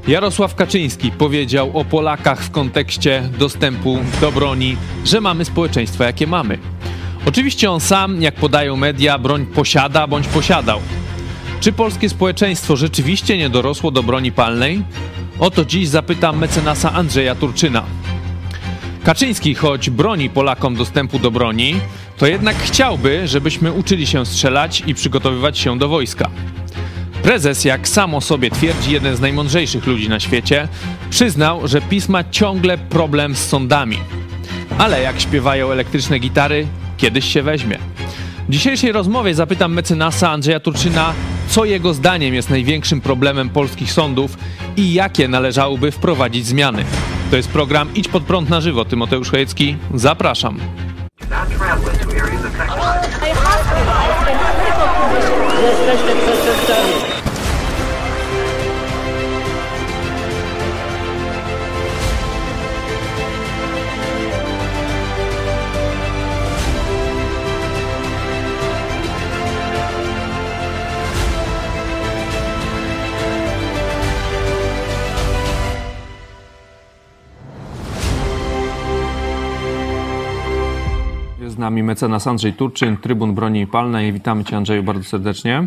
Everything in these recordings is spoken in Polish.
Jarosław Kaczyński powiedział o Polakach w kontekście dostępu do broni, że mamy społeczeństwo, jakie mamy. Oczywiście on sam, jak podają media, broń posiada bądź posiadał. Czy polskie społeczeństwo rzeczywiście nie dorosło do broni palnej? O to dziś zapytam mecenasa Andrzeja Turczyna. Kaczyński, choć broni Polakom dostępu do broni, to jednak chciałby, żebyśmy uczyli się strzelać i przygotowywać się do wojska. Prezes, jak sam o sobie twierdzi, jeden z najmądrzejszych ludzi na świecie, przyznał, że PiS ma ciągle problem z sądami. Ale jak śpiewają elektryczne gitary, kiedyś się weźmie. W dzisiejszej rozmowie zapytam mecenasa Andrzeja Turczyna, co jego zdaniem jest największym problemem polskich sądów i jakie należałoby wprowadzić zmiany. To jest program Idź Pod Prąd na żywo. Tymoteusz Chojecki, zapraszam. Jesteście przestępcami. Z nami mecenas Andrzej Turczyn, Trybun Broni Palnej. Witamy Cię, Andrzeju, bardzo serdecznie.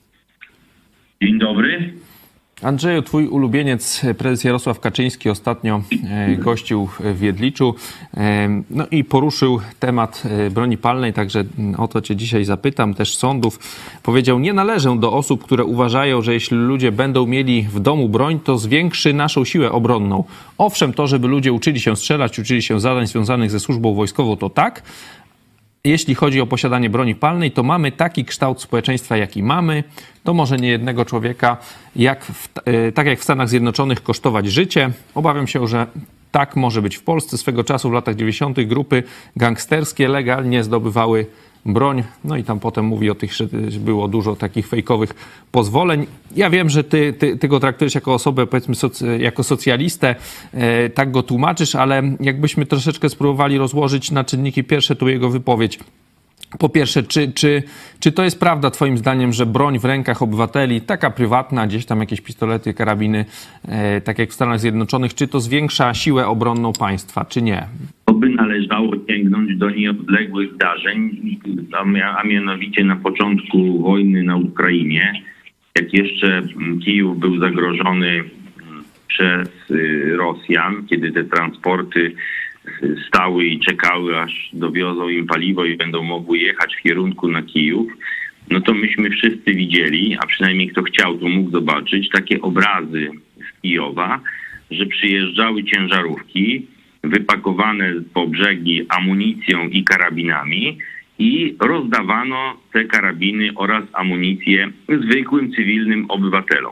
Dzień dobry. Andrzeju, twój ulubieniec, prezes Jarosław Kaczyński, ostatnio gościł w Jedliczu, no i poruszył temat broni palnej, także o to Cię dzisiaj zapytam, też sądów. Powiedział, nie należę do osób, które uważają, że jeśli ludzie będą mieli w domu broń, to zwiększy naszą siłę obronną. Owszem, to, żeby ludzie uczyli się strzelać, uczyli się zadań związanych ze służbą wojskową, to tak. Jeśli chodzi o posiadanie broni palnej, to mamy taki kształt społeczeństwa, jaki mamy. To może nie jednego człowieka, tak jak w Stanach Zjednoczonych, kosztować życie. Obawiam się, że tak może być w Polsce. Swego czasu w latach 90. grupy gangsterskie legalnie zdobywały broń. No i tam potem mówi o tych, że było dużo takich fejkowych pozwoleń. Ja wiem, że ty go traktujesz jako osobę, powiedzmy, jako socjalistę, tak go tłumaczysz, ale jakbyśmy troszeczkę spróbowali rozłożyć na czynniki pierwsze tu jego wypowiedź. Po pierwsze, czy to jest prawda twoim zdaniem, że broń w rękach obywateli, taka prywatna, gdzieś tam jakieś pistolety, karabiny, tak jak w Stanach Zjednoczonych, czy to zwiększa siłę obronną państwa, czy nie? To by należało sięgnąć do nieodległych zdarzeń, a mianowicie na początku wojny na Ukrainie, jak jeszcze Kijów był zagrożony przez Rosjan, kiedy te transporty stały i czekały, aż dowiozą im paliwo i będą mogły jechać w kierunku na Kijów, no to myśmy wszyscy widzieli, a przynajmniej kto chciał, to mógł zobaczyć, takie obrazy z Kijowa, że przyjeżdżały ciężarówki wypakowane po brzegi amunicją i karabinami i rozdawano te karabiny oraz amunicję zwykłym, cywilnym obywatelom.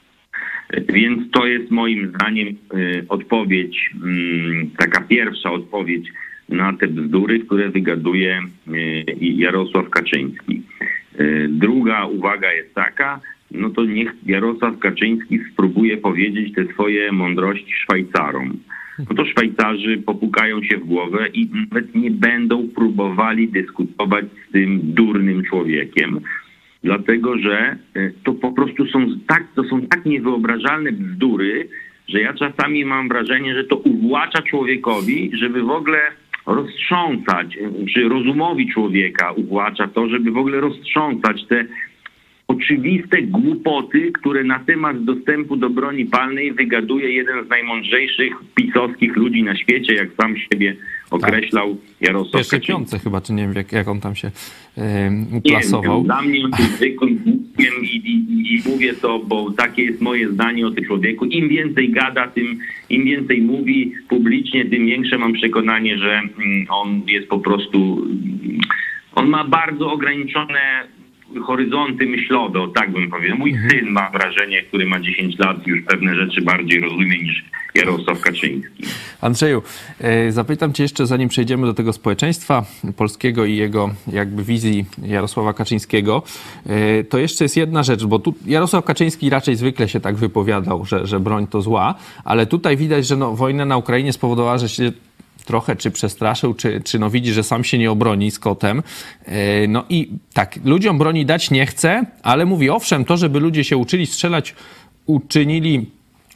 Więc to jest moim zdaniem odpowiedź, taka pierwsza odpowiedź na te bzdury, które wygaduje Jarosław Kaczyński. Druga uwaga jest taka, no to niech Jarosław Kaczyński spróbuje powiedzieć te swoje mądrości Szwajcarom. No to Szwajcarzy popukają się w głowę i nawet nie będą próbowali dyskutować z tym durnym człowiekiem. Dlatego, że to po prostu są tak niewyobrażalne bzdury, że ja czasami mam wrażenie, że to uwłacza człowiekowi, żeby w ogóle roztrząsać, czy rozumowi człowieka uwłacza to, żeby w ogóle roztrząsać te oczywiste głupoty, które na temat dostępu do broni palnej wygaduje jeden z najmądrzejszych pisowskich ludzi na świecie, jak sam siebie określał Jarosław Kaczyński. Pierwsze piątce chyba, czy nie wiem, jak on tam się uplasował. Nie, dla mnie on jest zwykłym głupkiem i mówię to, bo takie jest moje zdanie o tym człowieku. Im więcej gada, im więcej mówi publicznie, tym większe mam przekonanie, że on jest po prostu... On ma bardzo ograniczone horyzonty myślowe, tak bym powiedział. Mój syn, ma wrażenie, który ma 10 lat, już pewne rzeczy bardziej rozumie niż Jarosław Kaczyński. Andrzeju, zapytam cię jeszcze, zanim przejdziemy do tego społeczeństwa polskiego i jego jakby wizji Jarosława Kaczyńskiego, to jeszcze jest jedna rzecz, bo tu Jarosław Kaczyński raczej zwykle się tak wypowiadał, że broń to zła, ale tutaj widać, że wojna na Ukrainie spowodowała, że się trochę czy przestraszył, czy widzi, że sam się nie obroni z kotem. No i tak, ludziom broni dać nie chce, ale mówi, owszem, to, żeby ludzie się uczyli strzelać, uczynili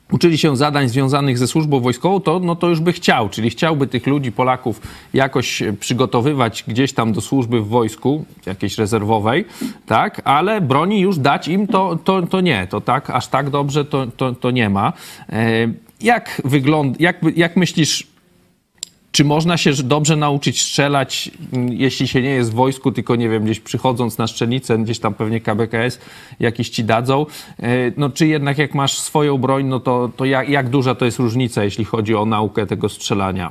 uczyli się zadań związanych ze służbą wojskową, to już by chciał, czyli chciałby tych ludzi, Polaków jakoś przygotowywać gdzieś tam do służby w wojsku, jakiejś rezerwowej, tak, ale broni już dać im to nie, to tak, aż tak dobrze to nie ma. Jak wygląda, jak myślisz, czy można się dobrze nauczyć strzelać, jeśli się nie jest w wojsku, tylko nie wiem, gdzieś przychodząc na strzelnicę, gdzieś tam pewnie KBKS jakiś ci dadzą, no czy jednak jak masz swoją broń, no to jak duża to jest różnica, jeśli chodzi o naukę tego strzelania?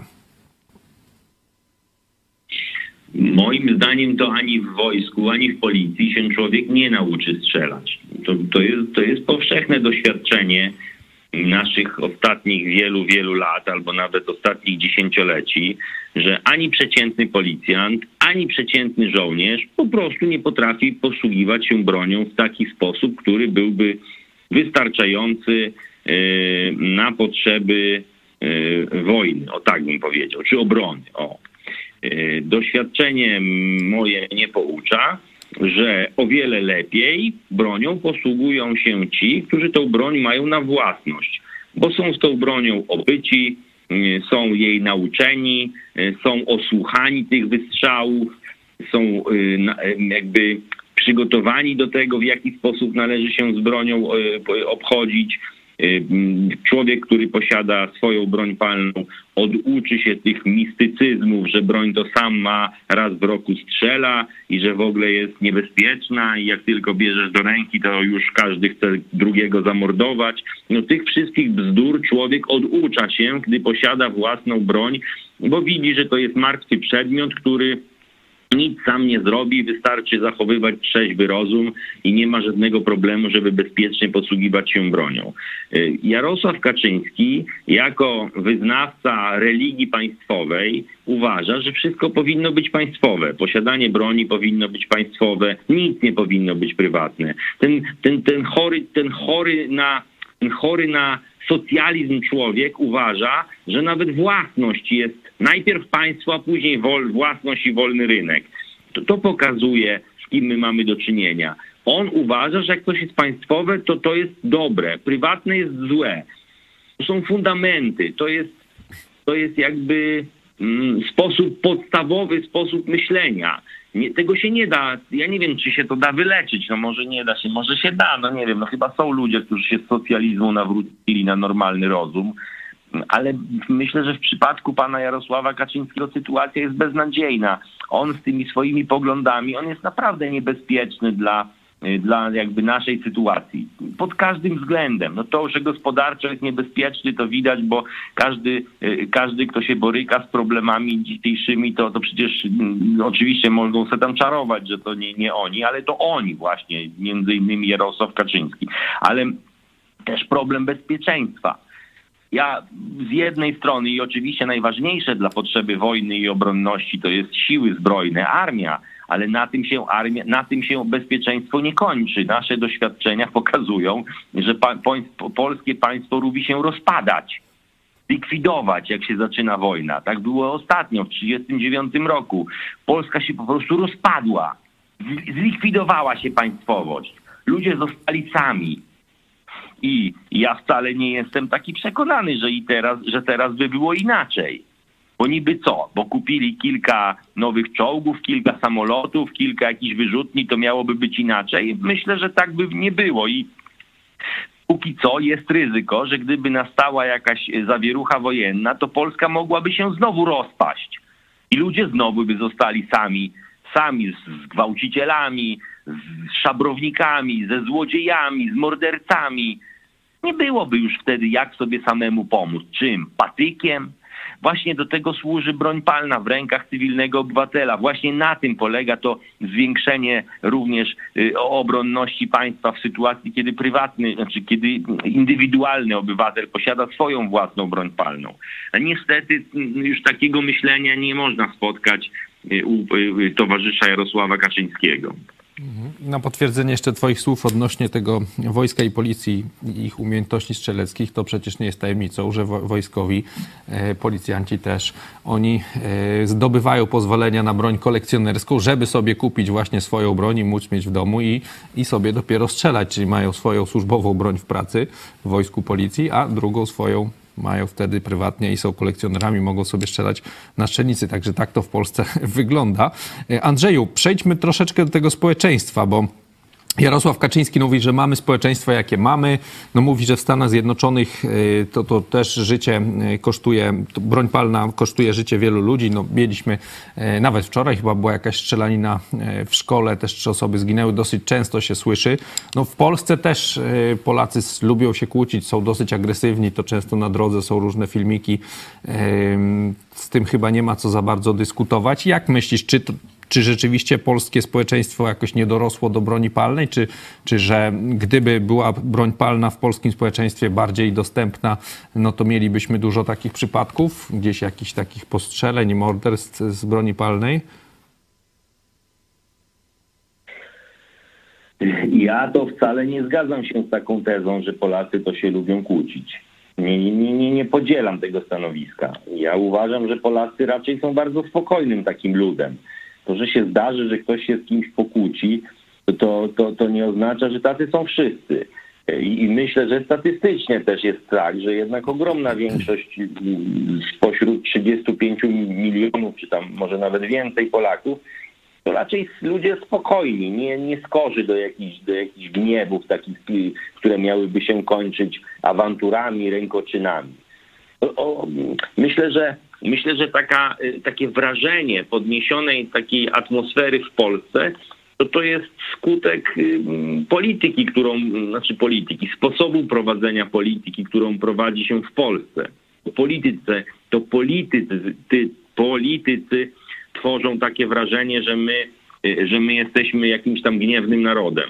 Moim zdaniem to ani w wojsku, ani w policji się człowiek nie nauczy strzelać. To jest powszechne doświadczenie naszych ostatnich wielu lat, albo nawet ostatnich dziesięcioleci, że ani przeciętny policjant, ani przeciętny żołnierz po prostu nie potrafi posługiwać się bronią w taki sposób, który byłby wystarczający na potrzeby wojny, o tak bym powiedział, czy obrony. Doświadczenie moje nie poucza, że o wiele lepiej bronią posługują się ci, którzy tą broń mają na własność, bo są z tą bronią obyci, są jej nauczeni, są osłuchani tych wystrzałów, są jakby przygotowani do tego, w jaki sposób należy się z bronią obchodzić. Człowiek, który posiada swoją broń palną, oduczy się tych mistycyzmów, że broń to sam ma, raz w roku strzela i że w ogóle jest niebezpieczna i jak tylko bierzesz do ręki, to już każdy chce drugiego zamordować. No tych wszystkich bzdur człowiek oducza się, gdy posiada własną broń, bo widzi, że to jest martwy przedmiot, który nic sam nie zrobi, wystarczy zachowywać trzeźwy rozum i nie ma żadnego problemu, żeby bezpiecznie posługiwać się bronią. Jarosław Kaczyński jako wyznawca religii państwowej uważa, że wszystko powinno być państwowe. Posiadanie broni powinno być państwowe, nic nie powinno być prywatne. Ten chory na socjalizm człowiek uważa, że nawet własność jest najpierw państwo, a później własność i wolny rynek. To pokazuje, z kim my mamy do czynienia. On uważa, że jak coś jest państwowe, to jest dobre, prywatne jest złe. To są fundamenty, to jest jakby podstawowy sposób myślenia. Tego się nie da, ja nie wiem, czy się to da wyleczyć, no może nie da się, może się da, no nie wiem, no chyba są ludzie, którzy się z socjalizmu nawrócili na normalny rozum, ale myślę, że w przypadku pana Jarosława Kaczyńskiego sytuacja jest beznadziejna. On z tymi swoimi poglądami, on jest naprawdę niebezpieczny dla jakby naszej sytuacji. Pod każdym względem. No to, że gospodarczo jest niebezpieczny, to widać, bo każdy, kto się boryka z problemami dzisiejszymi, to przecież oczywiście mogą sobie tam czarować, że to nie oni, ale to oni właśnie, między innymi Jarosław Kaczyński. Ale też problem bezpieczeństwa. Ja z jednej strony i oczywiście najważniejsze dla potrzeby wojny i obronności to jest siły zbrojne, armia, ale na tym się bezpieczeństwo nie kończy. Nasze doświadczenia pokazują, że polskie państwo lubi się rozpadać, likwidować, jak się zaczyna wojna. Tak było ostatnio, w 1939 roku. Polska się po prostu rozpadła. Zlikwidowała się państwowość. Ludzie zostali sami. I ja wcale nie jestem taki przekonany, że teraz by było inaczej. Bo niby co? Bo kupili kilka nowych czołgów, kilka samolotów, kilka jakichś wyrzutni, to miałoby być inaczej. Myślę, że tak by nie było i póki co jest ryzyko, że gdyby nastała jakaś zawierucha wojenna, to Polska mogłaby się znowu rozpaść. I ludzie znowu by zostali sami z gwałcicielami, z szabrownikami, ze złodziejami, z mordercami. Nie byłoby już wtedy jak sobie samemu pomóc. Czym? Patykiem? Właśnie do tego służy broń palna w rękach cywilnego obywatela. Właśnie na tym polega to zwiększenie również obronności państwa w sytuacji, kiedy kiedy indywidualny obywatel posiada swoją własną broń palną. A niestety już takiego myślenia nie można spotkać u towarzysza Jarosława Kaczyńskiego. Na potwierdzenie jeszcze twoich słów odnośnie tego wojska i policji i ich umiejętności strzeleckich, to przecież nie jest tajemnicą, że wojskowi, policjanci też, oni zdobywają pozwolenia na broń kolekcjonerską, żeby sobie kupić właśnie swoją broń i móc mieć w domu i sobie dopiero strzelać, czyli mają swoją służbową broń w pracy w wojsku, policji, a drugą swoją mają wtedy prywatnie i są kolekcjonerami, mogą sobie strzelać na strzelnicy. Także tak to w Polsce wygląda. Andrzeju, przejdźmy troszeczkę do tego społeczeństwa, bo Jarosław Kaczyński mówi, że mamy społeczeństwo, jakie mamy. No mówi, że w Stanach Zjednoczonych to też życie kosztuje, broń palna kosztuje życie wielu ludzi. No mieliśmy, nawet wczoraj chyba była jakaś strzelanina w szkole, też 3 osoby zginęły, dosyć często się słyszy. No w Polsce też Polacy lubią się kłócić, są dosyć agresywni, to często na drodze są różne filmiki. Z tym chyba nie ma co za bardzo dyskutować. Jak myślisz, czy rzeczywiście polskie społeczeństwo jakoś nie dorosło do broni palnej, czy że gdyby była broń palna w polskim społeczeństwie bardziej dostępna, no to mielibyśmy dużo takich przypadków, gdzieś jakichś takich postrzeleń i morderstw z broni palnej? Ja to wcale nie zgadzam się z taką tezą, że Polacy to się lubią kłócić. Nie podzielam tego stanowiska. Ja uważam, że Polacy raczej są bardzo spokojnym takim ludem. To, że się zdarzy, że ktoś się z kimś pokłóci, to nie oznacza, że tacy są wszyscy. I myślę, że statystycznie też jest tak, że jednak ogromna większość spośród 35 milionów, czy tam może nawet więcej Polaków, to raczej ludzie spokojni, nie skorzy do jakichś gniewów takich, które miałyby się kończyć awanturami, rękoczynami. Myślę, że takie wrażenie podniesionej takiej atmosfery w Polsce, to jest skutek polityki, sposobu prowadzenia polityki, którą prowadzi się w Polsce. Politycy tworzą takie wrażenie, że my jesteśmy jakimś tam gniewnym narodem.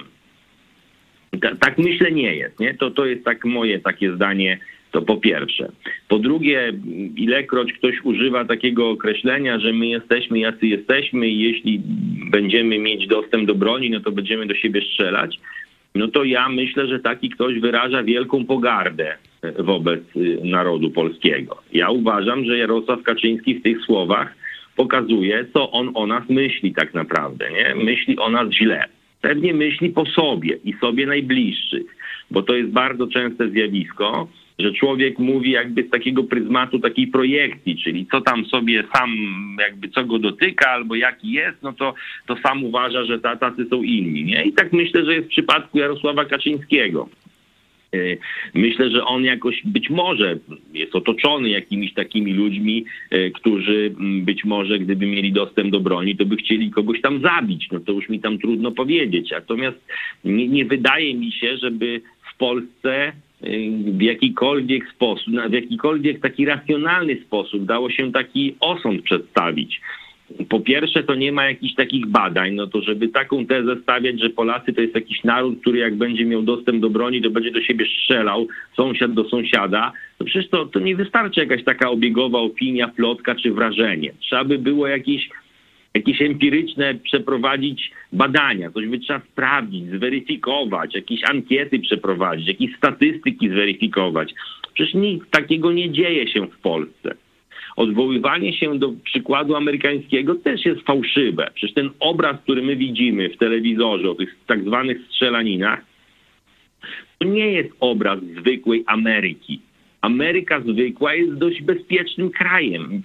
Tak myślę nie jest, nie? To jest tak moje takie zdanie. To po pierwsze. Po drugie, ilekroć ktoś używa takiego określenia, że my jesteśmy jacy jesteśmy i jeśli będziemy mieć dostęp do broni, no to będziemy do siebie strzelać, no to ja myślę, że taki ktoś wyraża wielką pogardę wobec narodu polskiego. Ja uważam, że Jarosław Kaczyński w tych słowach pokazuje, co on o nas myśli tak naprawdę, nie? Myśli o nas źle. Pewnie myśli po sobie i sobie najbliższych, bo to jest bardzo częste zjawisko, że człowiek mówi jakby z takiego pryzmatu takiej projekcji, czyli co tam sobie sam, jakby co go dotyka albo jaki jest, no to sam uważa, że tacy są inni, nie? I tak myślę, że jest w przypadku Jarosława Kaczyńskiego. Myślę, że on jakoś być może jest otoczony jakimiś takimi ludźmi, którzy być może gdyby mieli dostęp do broni, to by chcieli kogoś tam zabić. No to już mi tam trudno powiedzieć. Natomiast nie wydaje mi się, żeby w Polsce w jakikolwiek sposób, w jakikolwiek taki racjonalny sposób dało się taki osąd przedstawić. Po pierwsze, to nie ma jakichś takich badań, no to żeby taką tezę stawiać, że Polacy to jest jakiś naród, który jak będzie miał dostęp do broni, to będzie do siebie strzelał, sąsiad do sąsiada, to przecież to nie wystarczy jakaś taka obiegowa opinia, plotka czy wrażenie. Trzeba by było jakieś empiryczne przeprowadzić badania, coś by trzeba sprawdzić, zweryfikować, jakieś ankiety przeprowadzić, jakieś statystyki zweryfikować. Przecież nic takiego nie dzieje się w Polsce. Odwoływanie się do przykładu amerykańskiego też jest fałszywe. Przecież ten obraz, który my widzimy w telewizorze o tych tak zwanych strzelaninach, to nie jest obraz zwykłej Ameryki. Ameryka zwykła jest dość bezpiecznym krajem.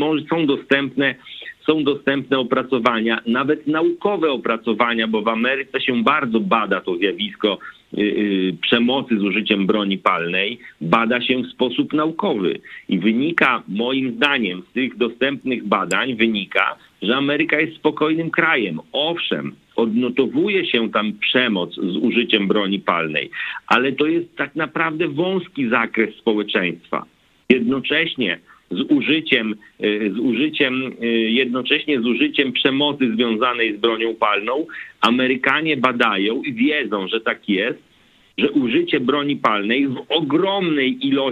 Są dostępne opracowania, nawet naukowe opracowania, bo w Ameryce się bardzo bada to zjawisko przemocy z użyciem broni palnej, bada się w sposób naukowy. I wynika, moim zdaniem, z tych dostępnych badań że Ameryka jest spokojnym krajem. Owszem, odnotowuje się tam przemoc z użyciem broni palnej, ale to jest tak naprawdę wąski zakres społeczeństwa. Jednocześnie z użyciem przemocy związanej z bronią palną Amerykanie badają i wiedzą, że tak jest, że użycie broni palnej w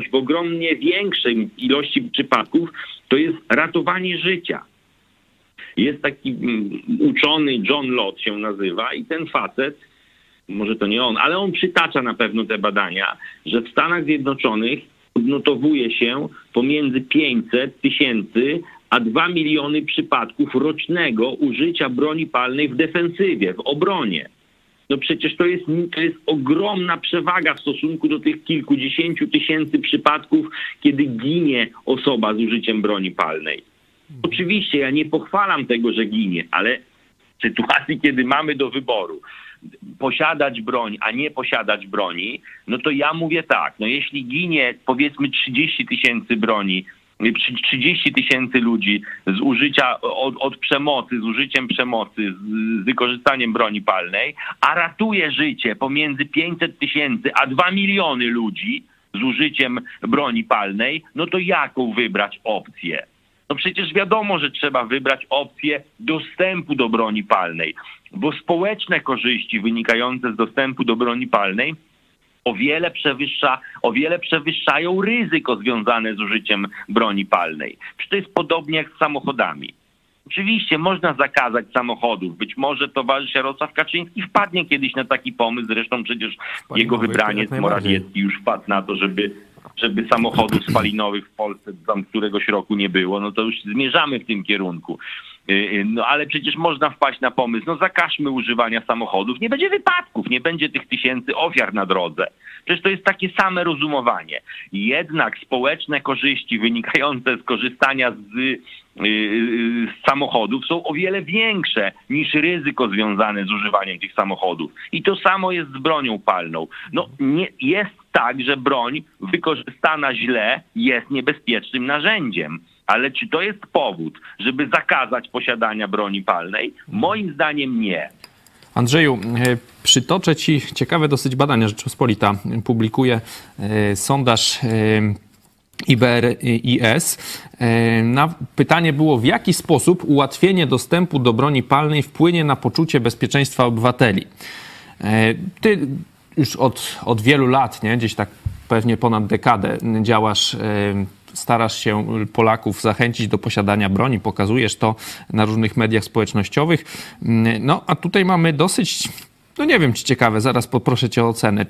ogromnie większej ilości przypadków to jest ratowanie życia. Jest taki uczony, John Lott się nazywa, i ten facet, może to nie on, ale on przytacza na pewno te badania, że w Stanach Zjednoczonych odnotowuje się pomiędzy 500 tysięcy a 2 miliony przypadków rocznego użycia broni palnej w defensywie, w obronie. No przecież to jest ogromna przewaga w stosunku do tych kilkudziesięciu tysięcy przypadków, kiedy ginie osoba z użyciem broni palnej. Oczywiście ja nie pochwalam tego, że ginie, ale w sytuacji, kiedy mamy do wyboru posiadać broń, a nie posiadać broni, no to ja mówię tak, no jeśli ginie powiedzmy 30 tysięcy broni, 30 tysięcy ludzi z użycia, od przemocy, z użyciem przemocy, z wykorzystaniem broni palnej, a ratuje życie pomiędzy 500 tysięcy a 2 miliony ludzi z użyciem broni palnej, no to jaką wybrać opcję? No przecież wiadomo, że trzeba wybrać opcję dostępu do broni palnej, bo społeczne korzyści wynikające z dostępu do broni palnej o wiele przewyższają ryzyko związane z użyciem broni palnej. Przecież to jest podobnie jak z samochodami. Oczywiście można zakazać samochodów. Być może towarzysz Jarosław Kaczyński wpadnie kiedyś na taki pomysł. Zresztą przecież jego wybraniec Morawiecki już wpadł na to, żeby samochodów spalinowych w Polsce tam któregoś roku nie było. No to już zmierzamy w tym kierunku. No ale przecież można wpaść na pomysł, no zakażmy używania samochodów, nie będzie wypadków, nie będzie tych tysięcy ofiar na drodze. Przecież to jest takie same rozumowanie. Jednak społeczne korzyści wynikające z korzystania z samochodów są o wiele większe niż ryzyko związane z używaniem tych samochodów. I to samo jest z bronią palną. No nie, jest tak, że broń wykorzystana źle jest niebezpiecznym narzędziem. Ale czy to jest powód, żeby zakazać posiadania broni palnej? Moim zdaniem nie. Andrzeju, przytoczę Ci ciekawe dosyć badania. Rzeczpospolita publikuje sondaż IBRIS. Pytanie było, w jaki sposób ułatwienie dostępu do broni palnej wpłynie na poczucie bezpieczeństwa obywateli. Ty już od wielu lat, nie? Gdzieś tak pewnie ponad dekadę działasz, starasz się Polaków zachęcić do posiadania broni, pokazujesz to na różnych mediach społecznościowych. No a tutaj mamy dosyć, no nie wiem, czy ciekawe, zaraz poproszę Cię o ocenę.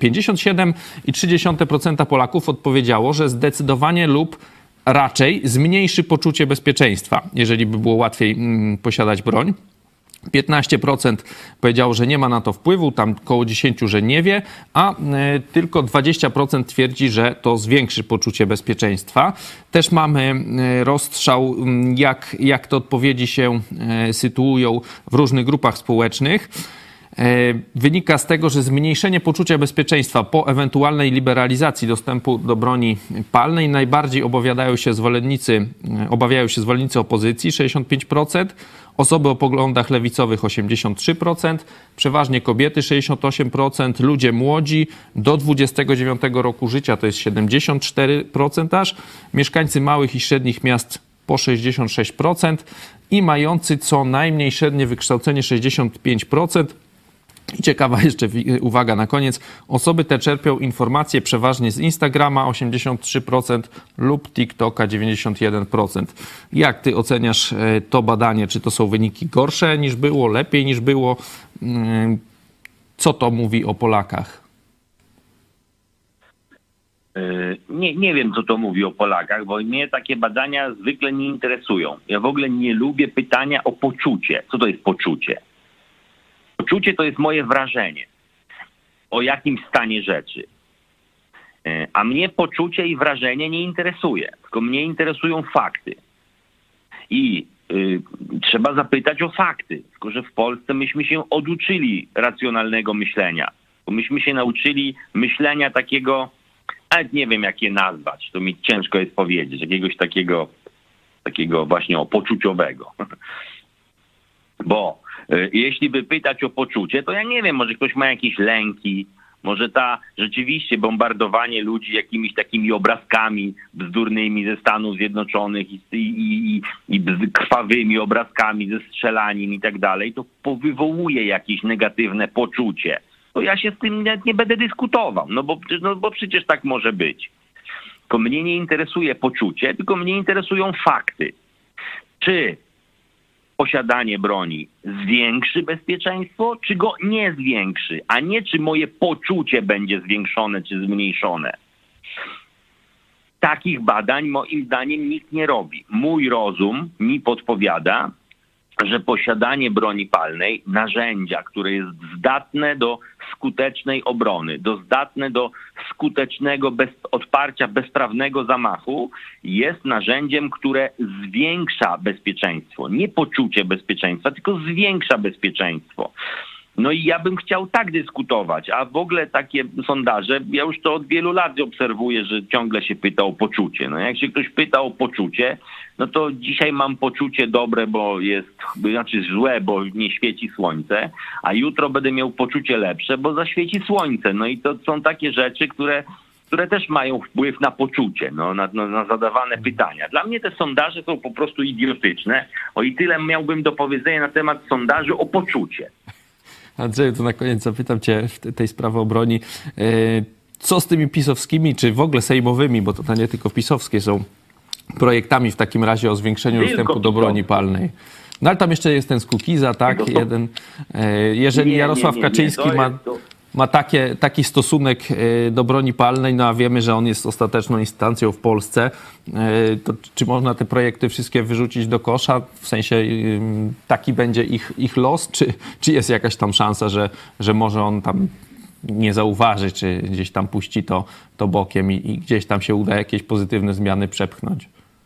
57,3% Polaków odpowiedziało, że zdecydowanie lub raczej zmniejszy poczucie bezpieczeństwa, jeżeli by było łatwiej posiadać broń. 15% powiedziało, że nie ma na to wpływu, tam około 10%, że nie wie, a tylko 20% twierdzi, że to zwiększy poczucie bezpieczeństwa. Też mamy rozstrzał, jak te odpowiedzi się sytuują w różnych grupach społecznych. Wynika z tego, że zmniejszenie poczucia bezpieczeństwa po ewentualnej liberalizacji dostępu do broni palnej najbardziej obawiają się zwolennicy opozycji 65%, osoby o poglądach lewicowych 83%, przeważnie kobiety 68%, ludzie młodzi do 29 roku życia to jest 74% aż, mieszkańcy małych i średnich miast po 66% i mający co najmniej średnie wykształcenie 65%. I ciekawa jeszcze uwaga na koniec. Osoby te czerpią informacje przeważnie z Instagrama 83% lub TikToka 91%. Jak ty oceniasz to badanie? Czy to są wyniki gorsze niż było, lepiej niż było? Co to mówi o Polakach? Nie wiem, co to mówi o Polakach, bo mnie takie badania zwykle nie interesują. Ja w ogóle nie lubię pytania o poczucie. Co to jest poczucie? Poczucie to jest moje wrażenie o jakimś stanie rzeczy. A mnie poczucie i wrażenie nie interesuje, tylko mnie interesują fakty. I trzeba zapytać o fakty. Tylko że w Polsce myśmy się oduczyli racjonalnego myślenia. Bo myśmy się nauczyli myślenia takiego, nawet nie wiem jak je nazwać, to mi ciężko jest powiedzieć, jakiegoś takiego właśnie poczuciowego. Bo jeśli by pytać o poczucie, to ja nie wiem, może ktoś ma jakieś lęki, może rzeczywiście bombardowanie ludzi jakimiś takimi obrazkami bzdurnymi ze Stanów Zjednoczonych i krwawymi obrazkami ze strzelanin i tak dalej, to wywołuje jakieś negatywne poczucie. To ja się z tym nie będę dyskutował, bo przecież tak może być. Tylko mnie nie interesuje poczucie, tylko mnie interesują fakty. Czy posiadanie broni zwiększy bezpieczeństwo, czy go nie zwiększy, a nie czy moje poczucie będzie zwiększone czy zmniejszone. Takich badań moim zdaniem nikt nie robi. Mój rozum mi podpowiada, że posiadanie broni palnej, narzędzia, które jest zdatne do skutecznej obrony, zdatne do skutecznego odparcia bezprawnego zamachu, jest narzędziem, które zwiększa bezpieczeństwo. Nie poczucie bezpieczeństwa, tylko zwiększa bezpieczeństwo. No i ja bym chciał tak dyskutować, a w ogóle takie sondaże, ja już to od wielu lat obserwuję, że ciągle się pyta o poczucie. No jak się ktoś pyta o poczucie, no to dzisiaj mam poczucie dobre, znaczy złe, bo nie świeci słońce, a jutro będę miał poczucie lepsze, bo zaświeci słońce. No i to są takie rzeczy, które też mają wpływ na poczucie, na zadawane pytania. Dla mnie te sondaże są po prostu idiotyczne. O i tyle miałbym do powiedzenia na temat sondaży o poczucie. Andrzeju, to na koniec zapytam cię w tej sprawie o broni. Co z tymi pisowskimi, czy w ogóle sejmowymi, bo to nie tylko pisowskie są projektami w takim razie o zwiększeniu dostępu do broni palnej? No ale tam jeszcze jest ten z Kukiza, tak? Jeżeli Jarosław Kaczyński ma taki stosunek do broni palnej, no a wiemy, że on jest ostateczną instancją w Polsce, to czy można te projekty wszystkie wyrzucić do kosza? W sensie taki będzie ich los? Czy jest jakaś tam szansa, że może on tam nie zauważy, czy gdzieś tam puści to bokiem i gdzieś tam się uda jakieś pozytywne zmiany przepchnąć?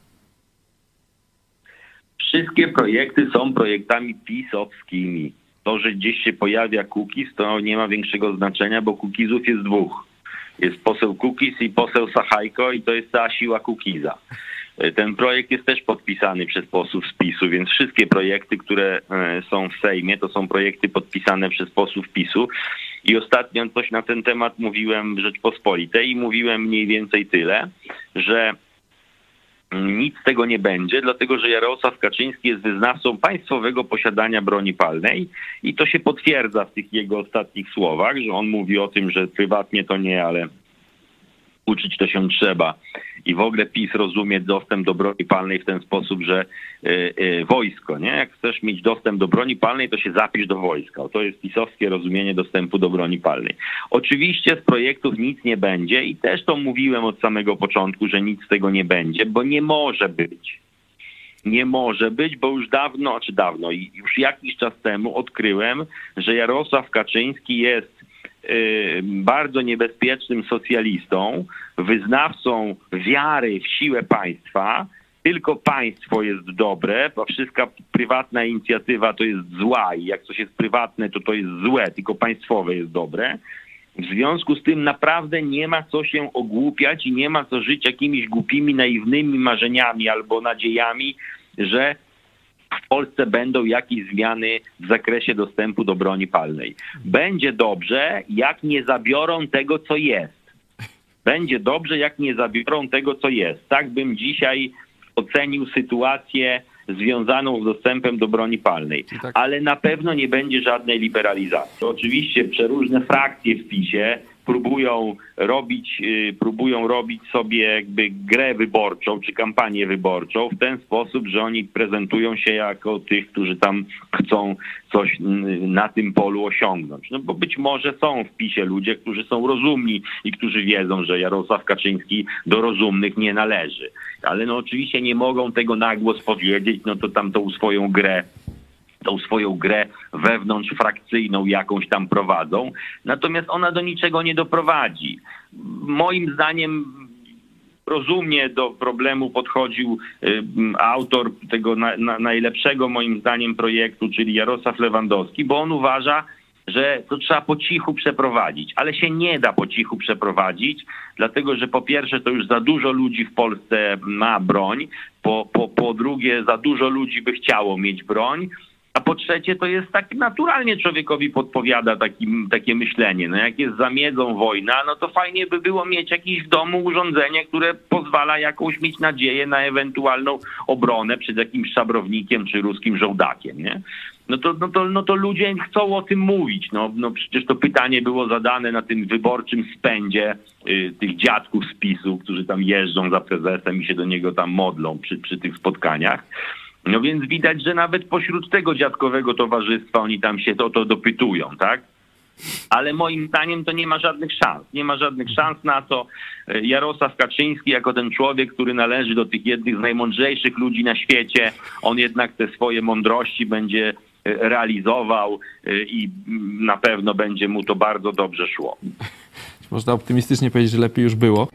Wszystkie projekty są projektami pisowskimi. To, że gdzieś się pojawia Kukiz, to nie ma większego znaczenia, bo Kukizów jest dwóch. Jest poseł Kukiz i poseł Sachajko i to jest cała siła Kukiza. Ten projekt jest też podpisany przez posłów z PiS-u, więc wszystkie projekty, które są w Sejmie, to są projekty podpisane przez posłów PiS-u. I ostatnio coś na ten temat mówiłem w Rzeczpospolitej i mówiłem mniej więcej tyle, że nic z tego nie będzie, dlatego że Jarosław Kaczyński jest wyznawcą państwowego posiadania broni palnej i to się potwierdza w tych jego ostatnich słowach, że on mówi o tym, że prywatnie to nie, ale uczyć to się trzeba. I w ogóle PiS rozumie dostęp do broni palnej w ten sposób, że wojsko, nie? Jak chcesz mieć dostęp do broni palnej, to się zapisz do wojska. To jest pisowskie rozumienie dostępu do broni palnej. Oczywiście z projektów nic nie będzie i też to mówiłem od samego początku, że nic z tego nie będzie, bo nie może być. Nie może być, bo już dawno i już jakiś czas temu odkryłem, że Jarosław Kaczyński jest bardzo niebezpiecznym socjalistą, wyznawcą wiary w siłę państwa. Tylko państwo jest dobre, a wszystka prywatna inicjatywa to jest zła i jak coś jest prywatne, to jest złe, tylko państwowe jest dobre. W związku z tym naprawdę nie ma co się ogłupiać i nie ma co żyć jakimiś głupimi, naiwnymi marzeniami albo nadziejami, że w Polsce będą jakieś zmiany w zakresie dostępu do broni palnej. Będzie dobrze, jak nie zabiorą tego, co jest. Będzie dobrze, jak nie zabiorą tego, co jest. Tak bym dzisiaj ocenił sytuację związaną z dostępem do broni palnej. Ale na pewno nie będzie żadnej liberalizacji. Oczywiście przeróżne frakcje w PiS-ie próbują robić sobie jakby grę wyborczą czy kampanię wyborczą w ten sposób, że oni prezentują się jako tych, którzy tam chcą coś na tym polu osiągnąć. No bo być może są w PiS-ie ludzie, którzy są rozumni i którzy wiedzą, że Jarosław Kaczyński do rozumnych nie należy. Ale no oczywiście nie mogą tego na głos powiedzieć, no to tam tą swoją grę wewnątrzfrakcyjną jakąś tam prowadzą, natomiast ona do niczego nie doprowadzi. Moim zdaniem rozumnie do problemu podchodził autor tego najlepszego moim zdaniem projektu, czyli Jarosław Lewandowski, bo on uważa, że to trzeba po cichu przeprowadzić, ale się nie da po cichu przeprowadzić, dlatego że po pierwsze to już za dużo ludzi w Polsce ma broń, po drugie za dużo ludzi by chciało mieć broń, a po trzecie to jest tak naturalnie człowiekowi podpowiada takie myślenie. No jak jest za miedzą wojna, no to fajnie by było mieć jakieś w domu urządzenie, które pozwala jakąś mieć nadzieję na ewentualną obronę przed jakimś szabrownikiem czy ruskim żołdakiem, nie? No to ludzie chcą o tym mówić. No przecież to pytanie było zadane na tym wyborczym spędzie tych dziadków z PiS-u, którzy tam jeżdżą za prezesem i się do niego tam modlą przy tych spotkaniach. No więc widać, że nawet pośród tego dziadkowego towarzystwa oni tam się o to dopytują, tak? Ale moim zdaniem to nie ma żadnych szans. Nie ma żadnych szans na to. Jarosław Kaczyński jako ten człowiek, który należy do tych jednych z najmądrzejszych ludzi na świecie, on jednak te swoje mądrości będzie realizował i na pewno będzie mu to bardzo dobrze szło. Można optymistycznie powiedzieć, że lepiej już było.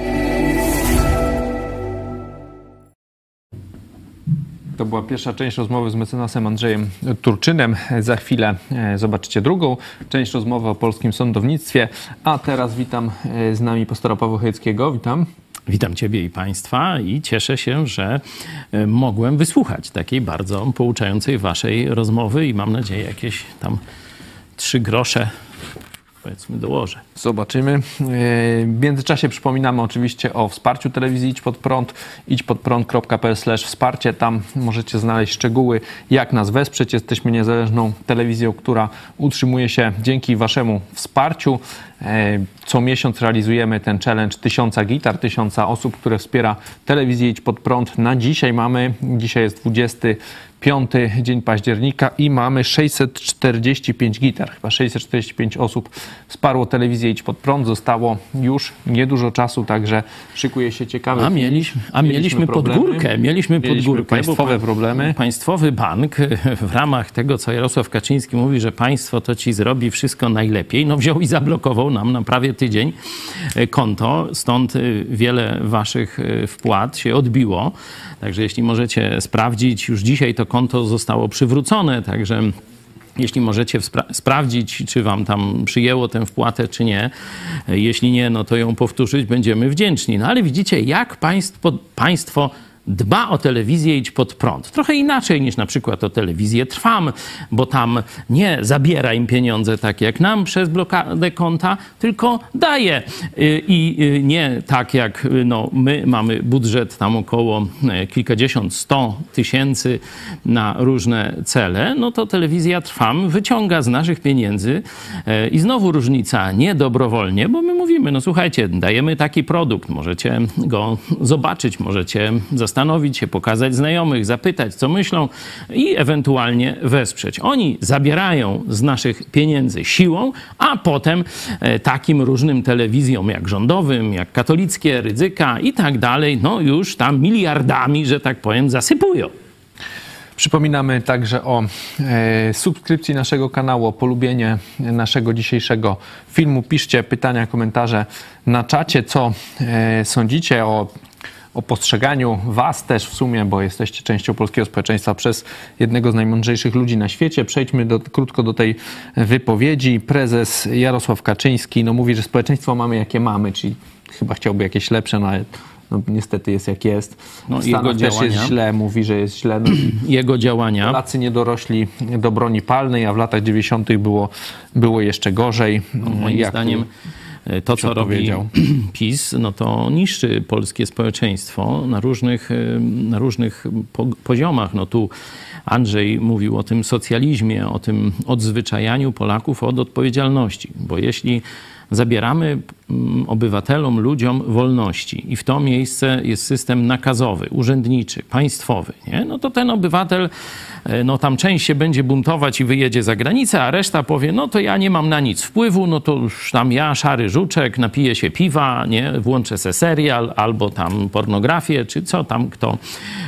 To była pierwsza część rozmowy z mecenasem Andrzejem Turczynem. Za chwilę zobaczycie drugą część rozmowy o polskim sądownictwie. A teraz witam z nami pastora Pawła Chojeckiego. Witam. Witam Ciebie i Państwa i cieszę się, że mogłem wysłuchać takiej bardzo pouczającej Waszej rozmowy i mam nadzieję jakieś tam 3 grosze powiedzmy dołożę. Zobaczymy. W międzyczasie przypominamy oczywiście o wsparciu telewizji Idź Pod Prąd. idźpodprąd.pl/wsparcie. Tam możecie znaleźć szczegóły, jak nas wesprzeć. Jesteśmy niezależną telewizją, która utrzymuje się dzięki Waszemu wsparciu. Co miesiąc realizujemy ten challenge 1000 gitar, 1000 osób, które wspiera telewizję Idź Pod Prąd. Na dzisiaj dzisiaj jest 25 dzień października i mamy 645 gitar. Chyba 645 osób wsparło telewizję Idź Pod Prąd. Zostało już niedużo czasu, także szykuje się ciekawy. Mieliśmy podgórkę. Mieliśmy państwowe problemy. Państwowy bank w ramach tego, co Jarosław Kaczyński mówi, że państwo to ci zrobi wszystko najlepiej, no wziął i zablokował nam na prawie tydzień konto. Stąd wiele waszych wpłat się odbiło. Także jeśli możecie sprawdzić, już dzisiaj to konto zostało przywrócone, także jeśli możecie sprawdzić, czy wam tam przyjęło tę wpłatę, czy nie. Jeśli nie, no to ją powtórzyć, będziemy wdzięczni. No ale widzicie, jak państwo dba o telewizję Idź Pod Prąd. Trochę inaczej niż na przykład o telewizję Trwam, bo tam nie zabiera im pieniądze tak jak nam przez blokadę konta, tylko daje. I nie tak jak no, my mamy budżet tam około kilkadziesiąt, 100 tysięcy na różne cele, no to telewizja Trwam wyciąga z naszych pieniędzy i znowu różnica, nie dobrowolnie, bo my mówimy, no słuchajcie, dajemy taki produkt, możecie go zobaczyć, możecie zastanowić się, pokazać znajomych, zapytać, co myślą i ewentualnie wesprzeć. Oni zabierają z naszych pieniędzy siłą, a potem takim różnym telewizjom jak rządowym, jak katolickie, Rydzyka i tak dalej, no już tam miliardami, że tak powiem, zasypują. Przypominamy także o subskrypcji naszego kanału, o polubienie naszego dzisiejszego filmu. Piszcie pytania, komentarze na czacie, co sądzicie o postrzeganiu was też w sumie, bo jesteście częścią polskiego społeczeństwa przez jednego z najmądrzejszych ludzi na świecie. Przejdźmy krótko do tej wypowiedzi. Prezes Jarosław Kaczyński mówi, że społeczeństwo mamy jakie mamy, czyli chyba chciałby jakieś lepsze, no ale niestety jest jak jest. No, jego też działania, jest źle, mówi, że jest źle. No, jego działania. Polacy nie dorośli do broni palnej, a w latach 90. było jeszcze gorzej. No, moim zdaniem to, co robi PiS, no to niszczy polskie społeczeństwo na różnych poziomach. No tu Andrzej mówił o tym socjalizmie, o tym odzwyczajaniu Polaków od odpowiedzialności, bo jeśli zabieramy obywatelom, ludziom wolności i w to miejsce jest system nakazowy, urzędniczy, państwowy, nie? No to ten obywatel, no tam część się będzie buntować i wyjedzie za granicę, a reszta powie, no to ja nie mam na nic wpływu, no to już tam ja, szary żuczek, napiję się piwa, nie? Włączę se serial albo tam pornografię, czy co tam kto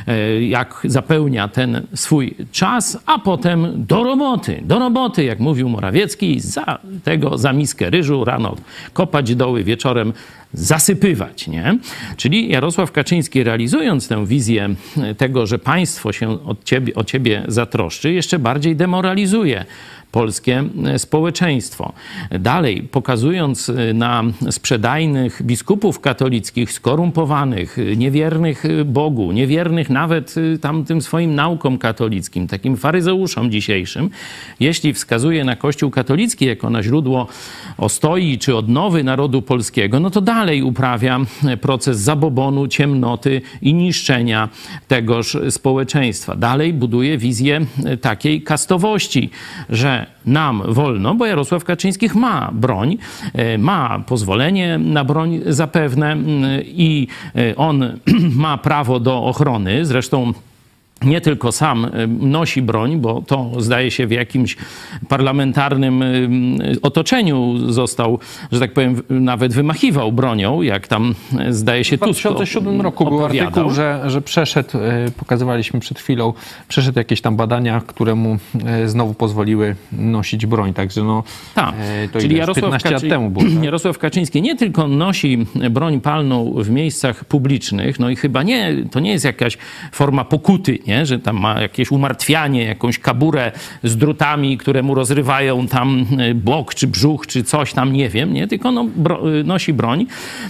jak zapełnia ten swój czas, a potem do roboty, jak mówił Morawiecki, za miskę ryżu rano kopać doły, wieczorem zasypywać, nie? Czyli Jarosław Kaczyński, realizując tę wizję tego, że państwo się o ciebie zatroszczy, jeszcze bardziej demoralizuje polskie społeczeństwo. Dalej, pokazując na sprzedajnych biskupów katolickich, skorumpowanych, niewiernych Bogu, niewiernych nawet tamtym swoim naukom katolickim, takim faryzeuszom dzisiejszym, jeśli wskazuje na Kościół katolicki jako na źródło ostoi czy odnowy narodu polskiego, no to dalej uprawia proces zabobonu, ciemnoty i niszczenia tegoż społeczeństwa. Dalej buduje wizję takiej kastowości, że nam wolno, bo Jarosław Kaczyński ma broń, ma pozwolenie na broń zapewne i on ma prawo do ochrony. Zresztą nie tylko sam nosi broń, bo to zdaje się w jakimś parlamentarnym otoczeniu został, że tak powiem, nawet wymachiwał bronią, jak tam zdaje się Tusk. W 2007 roku był artykuł, że przeszedł, pokazywaliśmy przed chwilą, przeszedł jakieś tam badania, które mu znowu pozwoliły nosić broń. Także no, to czyli 15 lat temu było. Tak? Jarosław Kaczyński nie tylko nosi broń palną w miejscach publicznych, no i chyba to nie jest jakaś forma pokuty, nie? Że tam ma jakieś umartwianie, jakąś kaburę z drutami, które mu rozrywają tam bok, czy brzuch, czy coś tam, nie wiem, nie? Tylko nosi broń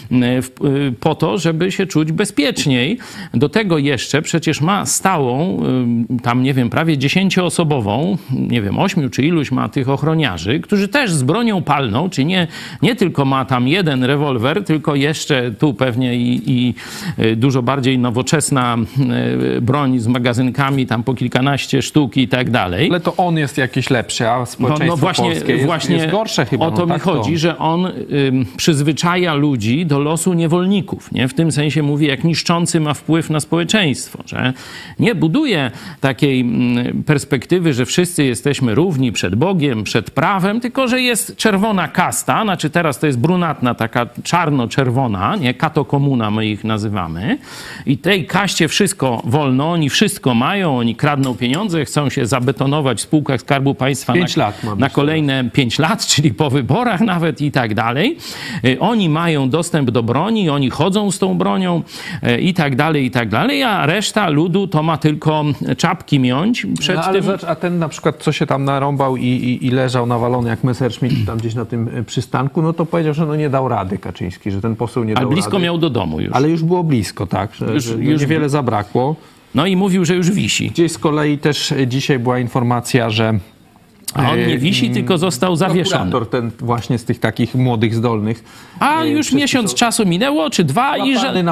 po to, żeby się czuć bezpieczniej. Do tego jeszcze przecież ma stałą, tam nie wiem, prawie 10-osobową, nie wiem, 8 czy iluś ma tych ochroniarzy, którzy też z bronią palną, czy nie tylko ma tam jeden rewolwer, tylko jeszcze tu pewnie i dużo bardziej nowoczesna broń z magazynkami, tam po kilkanaście sztuk i tak dalej. Ale to on jest jakiś lepszy, a społeczeństwo polskie jest gorsze chyba. O to mi chodzi, że on przyzwyczaja ludzi do losu niewolników. Nie? W tym sensie mówi, jak niszczący ma wpływ na społeczeństwo. Że nie buduje takiej perspektywy, że wszyscy jesteśmy równi przed Bogiem, przed prawem, tylko że jest czerwona kasta, znaczy teraz to jest brunatna, taka czarno-czerwona, nie? Katokomuna my ich nazywamy. I tej kaście wszystko wolno, oni wszystko mają, oni kradną pieniądze, chcą się zabetonować w spółkach Skarbu Państwa na kolejne 5 lat, czyli po wyborach nawet i tak dalej. Oni mają dostęp do broni, oni chodzą z tą bronią i tak dalej, a reszta ludu to ma tylko czapki miąć przed tym. A ten na przykład, co się tam narąbał i leżał nawalony jak Messerschmitt tam gdzieś na tym przystanku, no to powiedział, że no nie dał rady Kaczyński, że ten poseł nie dał rady. Ale blisko miał do domu już. Ale już było blisko, tak, że już niewiele zabrakło. No i mówił, że już wisi. Gdzieś z kolei też dzisiaj była informacja, że a on nie wisi, tylko został zawieszony. Prokurator ten właśnie z tych takich młodych, zdolnych. A już miesiąc czasu minęło, czy 2 i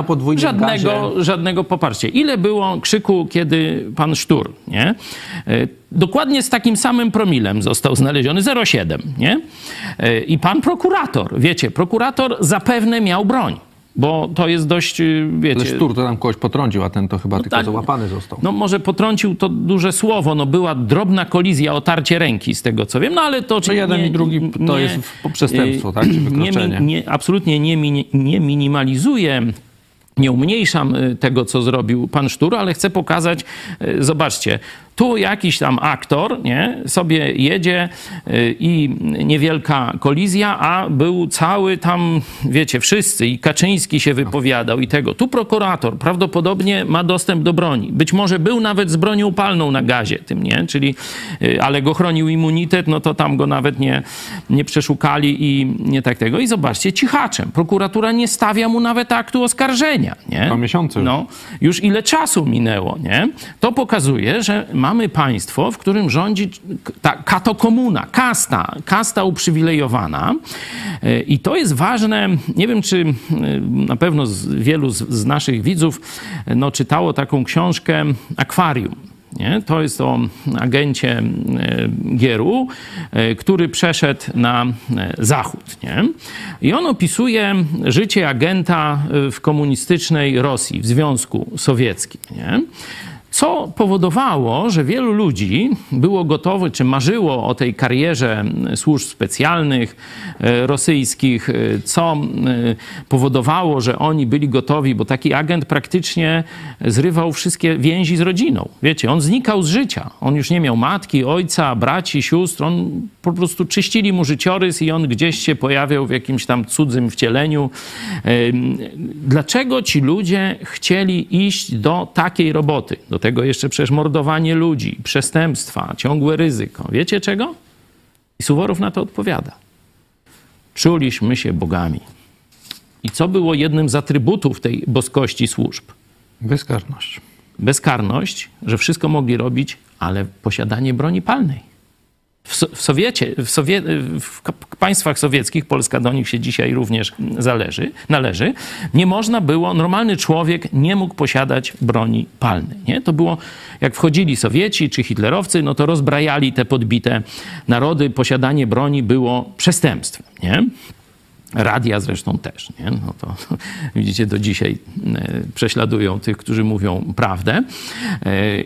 żadnego poparcia. Ile było krzyku, kiedy pan Sztur, nie? Dokładnie z takim samym promilem został znaleziony, 0,7, nie? I pan prokurator, wiecie, prokurator zapewne miał broń. Bo to jest dość, wiecie... Ale Sztur to tam kogoś potrącił, a ten to chyba tylko załapany został. No może potrącił to duże słowo, no była drobna kolizja, otarcie ręki z tego co wiem, no ale to... Czy jeden i drugi to jest przestępstwo, tak? Czy wykroczenie? Absolutnie nie minimalizuję, nie umniejszam tego, co zrobił pan Sztur, ale chcę pokazać, zobaczcie, tu jakiś tam aktor, nie, sobie jedzie i niewielka kolizja, a był cały tam, wiecie, wszyscy i Kaczyński się wypowiadał i tego. Tu prokurator prawdopodobnie ma dostęp do broni. Być może był nawet z bronią palną na gazie tym, nie? Czyli, ale go chronił immunitet, no to tam go nawet nie przeszukali i nie tak tego. I zobaczcie, cichaczem. Prokuratura nie stawia mu nawet aktu oskarżenia, nie? 2 miesiące. No, już ile czasu minęło, nie? To pokazuje, że mamy państwo, w którym rządzi ta katokomuna, kasta uprzywilejowana. I to jest ważne. Nie wiem, czy na pewno wielu z naszych widzów czytało taką książkę Akwarium. Nie? To jest o agencie GRU, który przeszedł na zachód. Nie? I on opisuje życie agenta w komunistycznej Rosji, w Związku Sowieckim. Nie? Co powodowało, że wielu ludzi było gotowych, czy marzyło o tej karierze służb specjalnych rosyjskich, co powodowało, że oni byli gotowi, bo taki agent praktycznie zrywał wszystkie więzi z rodziną. Wiecie, on znikał z życia. On już nie miał matki, ojca, braci, sióstr. On po prostu czyścili mu życiorys i on gdzieś się pojawiał w jakimś tam cudzym wcieleniu. Dlaczego ci ludzie chcieli iść do takiej roboty? Do tego jeszcze przecież mordowanie ludzi, przestępstwa, ciągłe ryzyko. Wiecie czego? I Suworow na to odpowiada. Czuliśmy się bogami. I co było jednym z atrybutów tej boskości służb? Bezkarność. Bezkarność, że wszystko mogli robić, ale posiadanie broni palnej. W państwach sowieckich, Polska do nich się dzisiaj również należy, nie można było, normalny człowiek nie mógł posiadać broni palnej. Nie? To było, jak wchodzili Sowieci czy hitlerowcy, no to rozbrajali te podbite narody, posiadanie broni było przestępstwem. Nie? Radia zresztą też. Nie? No to widzicie, do dzisiaj prześladują tych, którzy mówią prawdę.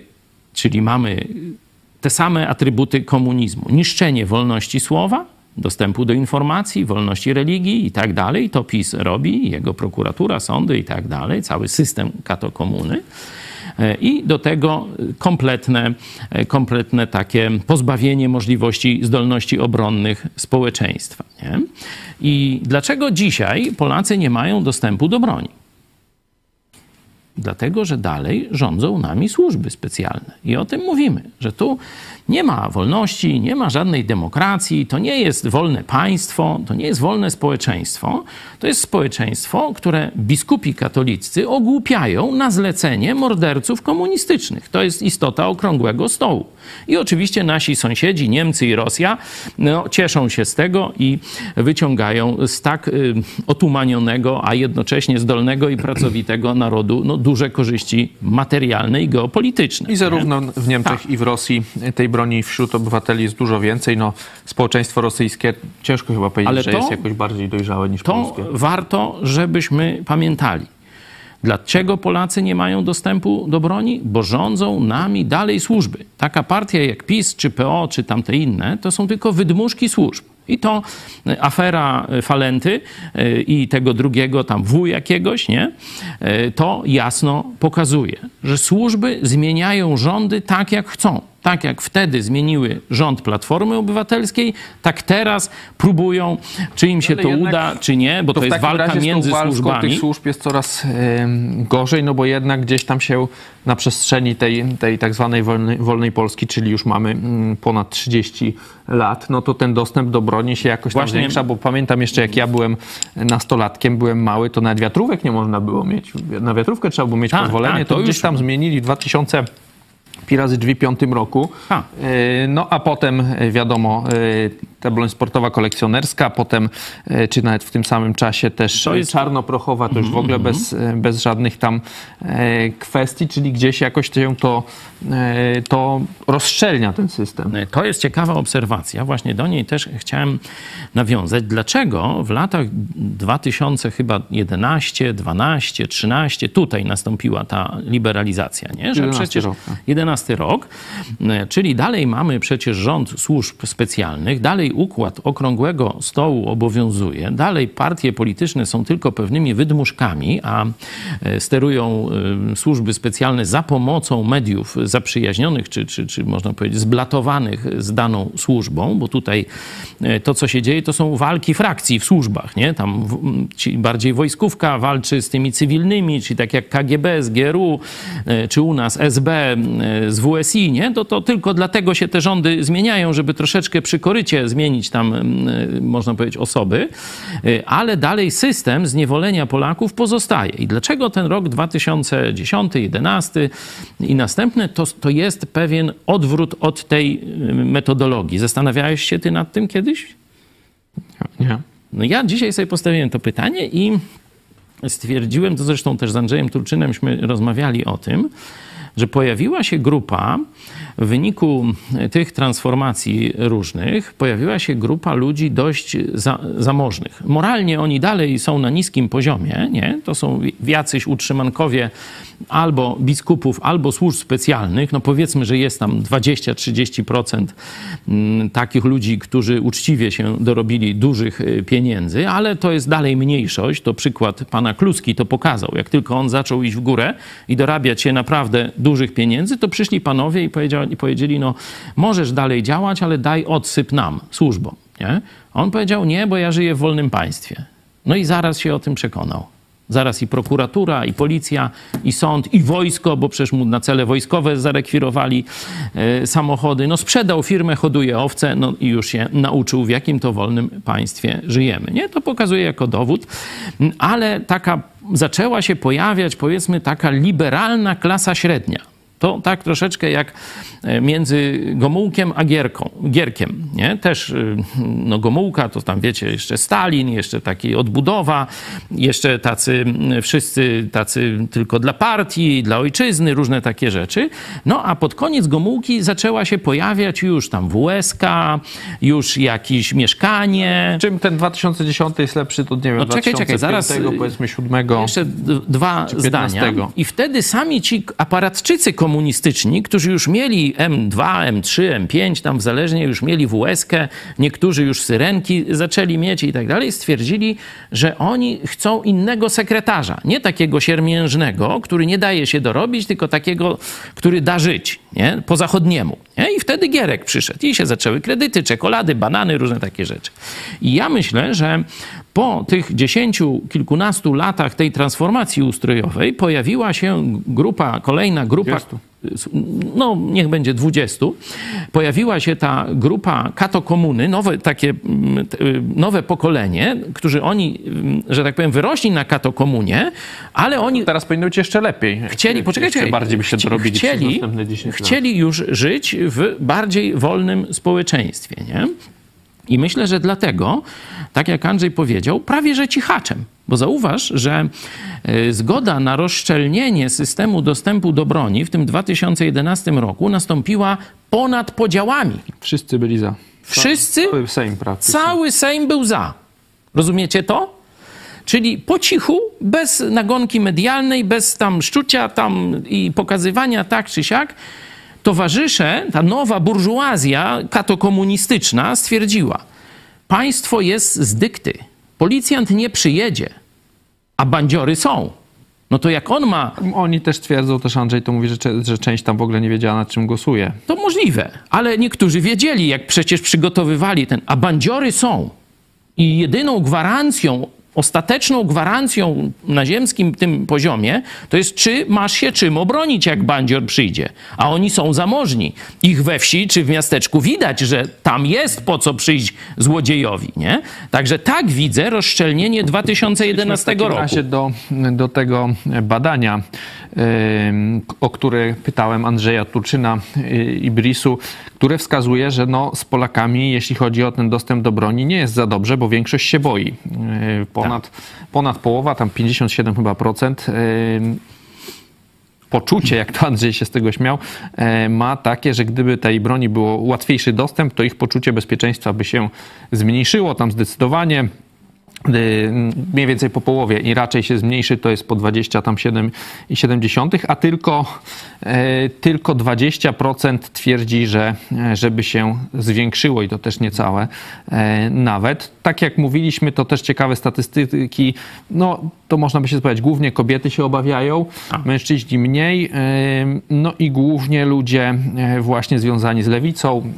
Czyli mamy te same atrybuty komunizmu. Niszczenie wolności słowa, dostępu do informacji, wolności religii i tak dalej. To PiS robi, jego prokuratura, sądy i tak dalej, cały system katokomuny. I do tego kompletne takie pozbawienie możliwości zdolności obronnych społeczeństwa. Nie? I dlaczego dzisiaj Polacy nie mają dostępu do broni? Dlatego, że dalej rządzą nami służby specjalne. I o tym mówimy, że tu nie ma wolności, nie ma żadnej demokracji, to nie jest wolne państwo, to nie jest wolne społeczeństwo. To jest społeczeństwo, które biskupi katoliccy ogłupiają na zlecenie morderców komunistycznych. To jest istota okrągłego stołu. I oczywiście nasi sąsiedzi, Niemcy i Rosja, cieszą się z tego i wyciągają z tak otumanionego, a jednocześnie zdolnego i pracowitego narodu duże korzyści materialne i geopolityczne. I zarówno w Niemczech i w Rosji tej broni wśród obywateli jest dużo więcej. Społeczeństwo rosyjskie, ciężko chyba powiedzieć, że jest jakoś bardziej dojrzałe niż polskie. To warto, żebyśmy pamiętali. Dlaczego Polacy nie mają dostępu do broni? Bo rządzą nami dalej służby. Taka partia jak PiS, czy PO, czy tamte inne, to są tylko wydmuszki służb. I to afera Falenty i tego drugiego tam jakiegoś, nie? To jasno pokazuje, że służby zmieniają rządy tak, jak chcą. Tak jak wtedy zmieniły rząd Platformy Obywatelskiej, tak teraz próbują, czy im się to uda, czy nie, bo to jest walka między służbami. Tych służb jest coraz gorzej, bo jednak gdzieś tam się na przestrzeni tej tak zwanej wolnej Polski, czyli już mamy ponad 30 lat, to ten dostęp do broni się jakoś tam zwiększa, bo pamiętam jeszcze, jak ja byłem nastolatkiem, byłem mały, to nawet wiatrówek nie można było mieć. Na wiatrówkę trzeba było mieć pozwolenie, to gdzieś tam zmienili w 2005 roku. A potem wiadomo, ta broń sportowa kolekcjonerska, potem czy nawet w tym samym czasie też czarnoprochowa, to już w ogóle bez żadnych tam kwestii, czyli gdzieś jakoś się to rozszczelnia ten system. To jest ciekawa obserwacja. Właśnie do niej też chciałem nawiązać. Dlaczego w latach 2011, 12, 13 tutaj nastąpiła ta liberalizacja, nie? Że przecież 11 rok, czyli dalej mamy przecież rząd służb specjalnych, dalej układ okrągłego stołu obowiązuje, dalej partie polityczne są tylko pewnymi wydmuszkami, a sterują służby specjalne za pomocą mediów zaprzyjaźnionych, czy można powiedzieć zblatowanych z daną służbą, bo tutaj to, co się dzieje, to są walki frakcji w służbach, nie? Tam ci bardziej wojskówka walczy z tymi cywilnymi, czyli tak jak KGB z GRU, czy u nas SB z WSI, nie? To tylko dlatego się te rządy zmieniają, żeby troszeczkę przy korycie zmienić tam, można powiedzieć, osoby, ale dalej system zniewolenia Polaków pozostaje. I dlaczego ten rok 2010, 2011 i następne, to jest pewien odwrót od tej metodologii. Zastanawiałeś się ty nad tym kiedyś? Nie. Ja dzisiaj sobie postawiłem to pytanie i stwierdziłem, to zresztą też z Andrzejem Turczynemśmy rozmawiali o tym, że pojawiła się grupa, w wyniku tych transformacji różnych, pojawiła się grupa ludzi dość zamożnych. Moralnie oni dalej są na niskim poziomie, nie? To są jacyś utrzymankowie albo biskupów, albo służb specjalnych. Powiedzmy, że jest tam 20-30% takich ludzi, którzy uczciwie się dorobili dużych pieniędzy, ale to jest dalej mniejszość. To przykład pana Kluski to pokazał. Jak tylko on zaczął iść w górę i dorabiać się naprawdę dużych pieniędzy, to przyszli panowie i powiedzieli, możesz dalej działać, ale daj odsyp nam, służbom. Nie? A on powiedział, nie, bo ja żyję w wolnym państwie. I zaraz się o tym przekonał. Zaraz i prokuratura, i policja, i sąd, i wojsko, bo przecież mu na cele wojskowe zarekwirowali samochody. Sprzedał firmę, hoduje owce, i już się nauczył, w jakim to wolnym państwie żyjemy. Nie? To pokazuje jako dowód, ale zaczęła się pojawiać, powiedzmy, taka liberalna klasa średnia. To tak troszeczkę jak między Gomułkiem a Gierkiem, nie? Też Gomułka to tam, wiecie, jeszcze Stalin, jeszcze taki odbudowa, jeszcze wszyscy tacy tylko dla partii, dla ojczyzny, różne takie rzeczy. A pod koniec Gomułki zaczęła się pojawiać już tam WSK, już jakieś Mieszkanie. Czym ten 2010 jest lepszy, to nie wiem, czekaj, zaraz, powiedzmy 7. Jeszcze dwa zdania. I wtedy sami ci aparatczycy komunistyczni komunistyczni, którzy już mieli M2, M3, M5, tam zależnie już mieli WS-kę, niektórzy już syrenki zaczęli mieć i tak dalej, stwierdzili, że oni chcą innego sekretarza. Nie takiego siermiężnego, który nie daje się dorobić, tylko takiego, który da żyć, nie? Po zachodniemu. Nie? I wtedy Gierek przyszedł i się zaczęły kredyty, czekolady, banany, różne takie rzeczy. I ja myślę, że po tych 10, kilkunastu latach tej transformacji ustrojowej pojawiła się kolejna grupa, 20. no niech będzie 20, pojawiła się ta grupa katokomuny, nowe pokolenie, którzy oni, że tak powiem, wyrośli na katokomunie, ale oni... Teraz powinno być jeszcze lepiej. Poczekajcie, bardziej by się dorobili przez następne 10 lat. Chcieli już żyć w bardziej wolnym społeczeństwie, nie? I myślę, że dlatego, tak jak Andrzej powiedział, prawie że cichaczem. Bo zauważ, że zgoda na rozszczelnienie systemu dostępu do broni w tym 2011 roku nastąpiła ponad podziałami. Wszyscy byli za. Wszyscy? Cały Sejm praktycznie. Cały Sejm był za. Rozumiecie to? Czyli po cichu, bez nagonki medialnej, bez tam szczucia tam i pokazywania tak czy siak, towarzysze, ta nowa burżuazja katokomunistyczna stwierdziła, państwo jest z dykty, policjant nie przyjedzie, a bandziory są. No to jak on ma... Oni też twierdzą, też Andrzej to mówi, że część tam w ogóle nie wiedziała, nad czym głosuje. To możliwe, ale niektórzy wiedzieli, jak przecież przygotowywali a bandziory są. I jedyną gwarancją, ostateczną gwarancją na ziemskim tym poziomie to jest, czy masz się czym obronić, jak bandzior przyjdzie. A oni są zamożni. Ich we wsi czy w miasteczku widać, że tam jest po co przyjść złodziejowi, nie? Także tak widzę rozszczelnienie 2011 roku. W razie do tego badania, o które pytałem Andrzeja Turczyna i Brisu, które wskazuje, że z Polakami, jeśli chodzi o ten dostęp do broni, nie jest za dobrze, bo większość się boi. Ponad połowa, tam 57 chyba procent, poczucie, jak to Andrzej się z tego śmiał, ma takie, że gdyby tej broni było łatwiejszy dostęp, to ich poczucie bezpieczeństwa by się zmniejszyło tam zdecydowanie. Mniej więcej po połowie i raczej się zmniejszy, to jest po 27,7, a tylko 20% twierdzi, żeby się zwiększyło i to też niecałe nawet. Tak jak mówiliśmy, to też ciekawe statystyki, to można by się spodziewać, głównie kobiety się obawiają, mężczyźni mniej, i głównie ludzie właśnie związani z lewicą,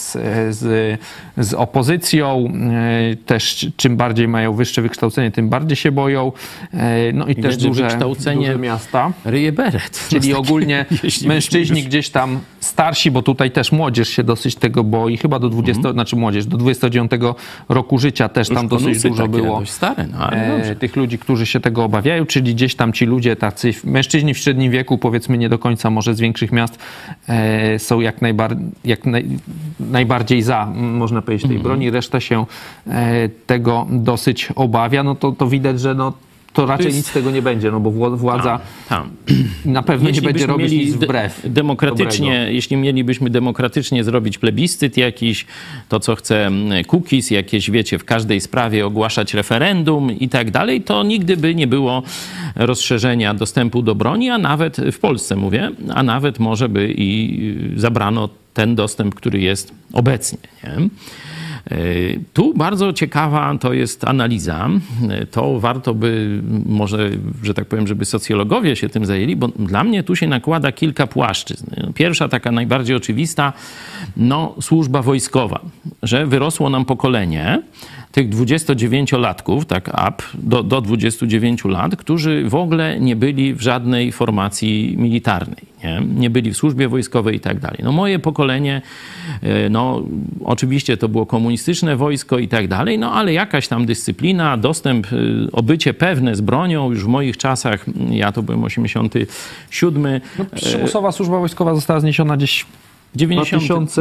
z opozycją, też czym bardziej mają wyższe wykształcenie, tym bardziej się boją. I też duże miasta. Ryje beret. Czyli ogólnie mężczyźni gdzieś tam starsi, bo tutaj też młodzież się dosyć tego boi. Chyba do 29 roku życia też tam dosyć dużo było dość stare, tych ludzi, którzy się tego obawiają, czyli gdzieś tam ci ludzie tacy, mężczyźni w średnim wieku, powiedzmy nie do końca może z większych miast, są najbardziej za, można powiedzieć, tej broni. Reszta się tego dosyć obawia. To widać, że to raczej nic z tego nie będzie, bo władza na pewno nie będzie robić nic wbrew. Jeśli mielibyśmy demokratycznie zrobić plebiscyt jakiś, to co chce Kukiz, jakieś wiecie, w każdej sprawie ogłaszać referendum i tak dalej, to nigdy by nie było rozszerzenia dostępu do broni, a nawet w Polsce mówię, a nawet może by i zabrano ten dostęp, który jest obecnie, nie? Tu bardzo ciekawa to jest analiza. To warto by może, że tak powiem, żeby socjologowie się tym zajęli, bo dla mnie tu się nakłada kilka płaszczyzn. Pierwsza, taka najbardziej oczywista, służba wojskowa, że wyrosło nam pokolenie tych 29-latków, do 29 lat, którzy w ogóle nie byli w żadnej formacji militarnej. Nie byli w służbie wojskowej i tak dalej. Moje pokolenie, oczywiście to było komunistyczne wojsko i tak dalej, ale jakaś tam dyscyplina, dostęp, obycie pewne z bronią już w moich czasach, ja to byłem 87. Przymusowa służba wojskowa została zniesiona gdzieś 2000?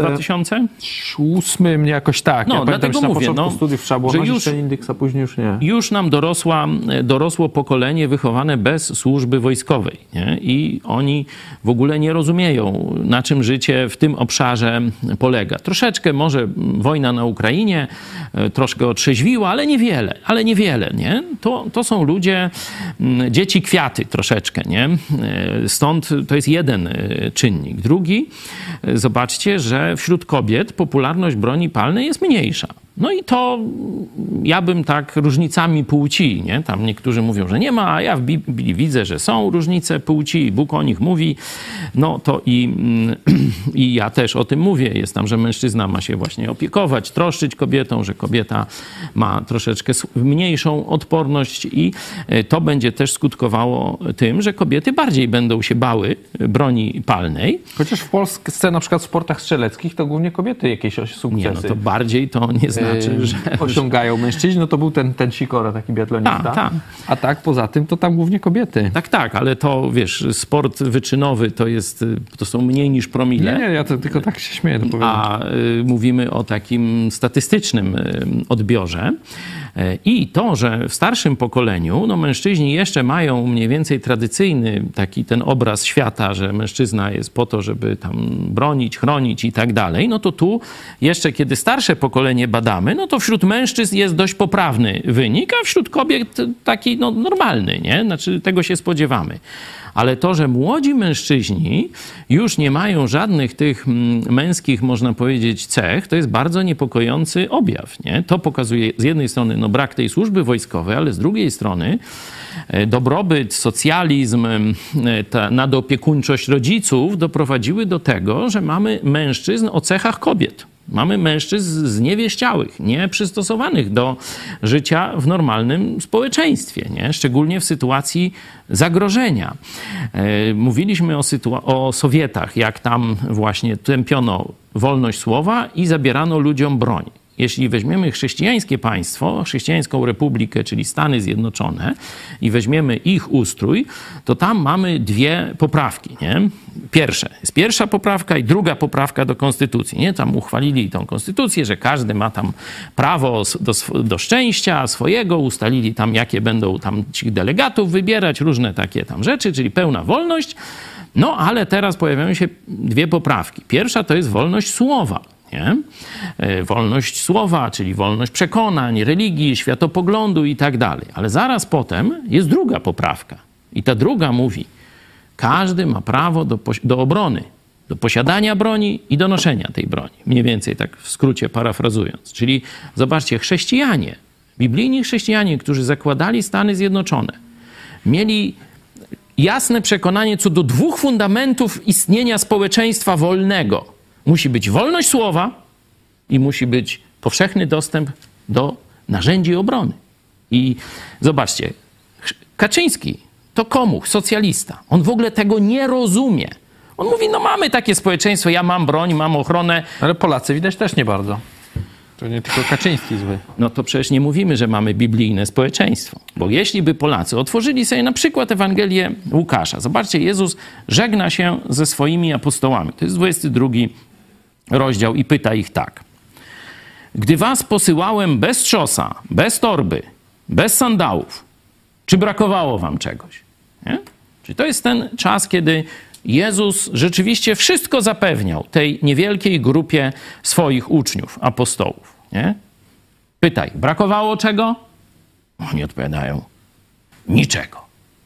2008 jakoś tak. No, ja pamiętam, dlatego że na mówię, początku studiów trzeba było że nosić już- ten indyks, a później już nie. Już nam dorosło pokolenie wychowane bez służby wojskowej. Nie? I oni w ogóle nie rozumieją, na czym życie w tym obszarze polega. Troszeczkę może wojna na Ukrainie troszkę otrzeźwiła, ale niewiele. Nie? To są ludzie, dzieci kwiaty troszeczkę. Nie? Stąd to jest jeden czynnik. Drugi, zobaczcie, że wśród kobiet popularność broni palnej jest mniejsza. No i to ja bym tak różnicami płci, nie? Tam niektórzy mówią, że nie ma, a ja w Biblii widzę, że są różnice płci i Bóg o nich mówi. No to i ja też o tym mówię. Jest tam, że mężczyzna ma się właśnie opiekować, troszczyć kobietą, że kobieta ma troszeczkę mniejszą odporność i to będzie też skutkowało tym, że kobiety bardziej będą się bały broni palnej. Chociaż w Polsce na przykład w sportach strzeleckich to głównie kobiety jakieś sukcesy Nie, no to bardziej to nie znaczy, że osiągają mężczyźni. No to był ten Sikora, taki biatlonista. Tak. A tak poza tym to tam głównie kobiety. Tak, ale to wiesz, sport wyczynowy to są mniej niż promile. Nie, ja to tylko tak się śmieję. A mówimy o takim statystycznym odbiorze. I to, że w starszym pokoleniu no mężczyźni jeszcze mają mniej więcej tradycyjny taki ten obraz świata, że mężczyzna jest po to, żeby tam bronić, chronić i tak dalej, no to tu jeszcze kiedy starsze pokolenie badamy, no to wśród mężczyzn jest dość poprawny wynik, a wśród kobiet taki no, normalny, nie? Znaczy tego się spodziewamy. Ale to, że młodzi mężczyźni już nie mają żadnych tych męskich, można powiedzieć, cech, to jest bardzo niepokojący objaw. Nie? To pokazuje z jednej strony no, brak tej służby wojskowej, ale z drugiej strony dobrobyt, socjalizm, ta nadopiekuńczość rodziców doprowadziły do tego, że mamy mężczyzn o cechach kobiet. Mamy mężczyzn zniewieściałych, nieprzystosowanych do życia w normalnym społeczeństwie, nie? Szczególnie w sytuacji zagrożenia. Mówiliśmy o Sowietach, jak tam właśnie tępiono wolność słowa i zabierano ludziom broń. Jeśli weźmiemy chrześcijańskie państwo, chrześcijańską republikę, czyli Stany Zjednoczone i weźmiemy ich ustrój, to tam mamy dwie poprawki, nie? Jest pierwsza poprawka i druga poprawka do konstytucji, nie? Tam uchwalili tą konstytucję, że każdy ma tam prawo do szczęścia swojego, ustalili tam, jakie będą tam ci delegatów wybierać, różne takie tam rzeczy, czyli pełna wolność. No, ale teraz pojawiają się dwie poprawki. Pierwsza to jest wolność słowa. Nie? Wolność słowa, czyli wolność przekonań, religii, światopoglądu i tak dalej. Ale zaraz potem jest druga poprawka. I ta druga mówi, każdy ma prawo do obrony, do posiadania broni i do noszenia tej broni. Mniej więcej tak w skrócie parafrazując. Czyli zobaczcie, chrześcijanie, biblijni chrześcijanie, którzy zakładali Stany Zjednoczone, mieli jasne przekonanie co do dwóch fundamentów istnienia społeczeństwa wolnego. Musi być wolność słowa i musi być powszechny dostęp do narzędzi obrony. I zobaczcie, Kaczyński to komuch, socjalista. On w ogóle tego nie rozumie. On mówi, no mamy takie społeczeństwo, ja mam broń, mam ochronę. Ale Polacy widać też nie bardzo. To nie tylko Kaczyński zły. No to przecież nie mówimy, że mamy biblijne społeczeństwo. Bo jeśli by Polacy otworzyli sobie na przykład Ewangelię Łukasza. Zobaczcie, Jezus żegna się ze swoimi apostołami. To jest 22 rozdział i pyta ich tak. Gdy was posyłałem bez trzosa, bez torby, bez sandałów, czy brakowało wam czegoś? Nie? Czyli to jest ten czas, kiedy Jezus rzeczywiście wszystko zapewniał tej niewielkiej grupie swoich uczniów, apostołów. Nie? Pytaj, brakowało czego? Oni odpowiadają, niczego.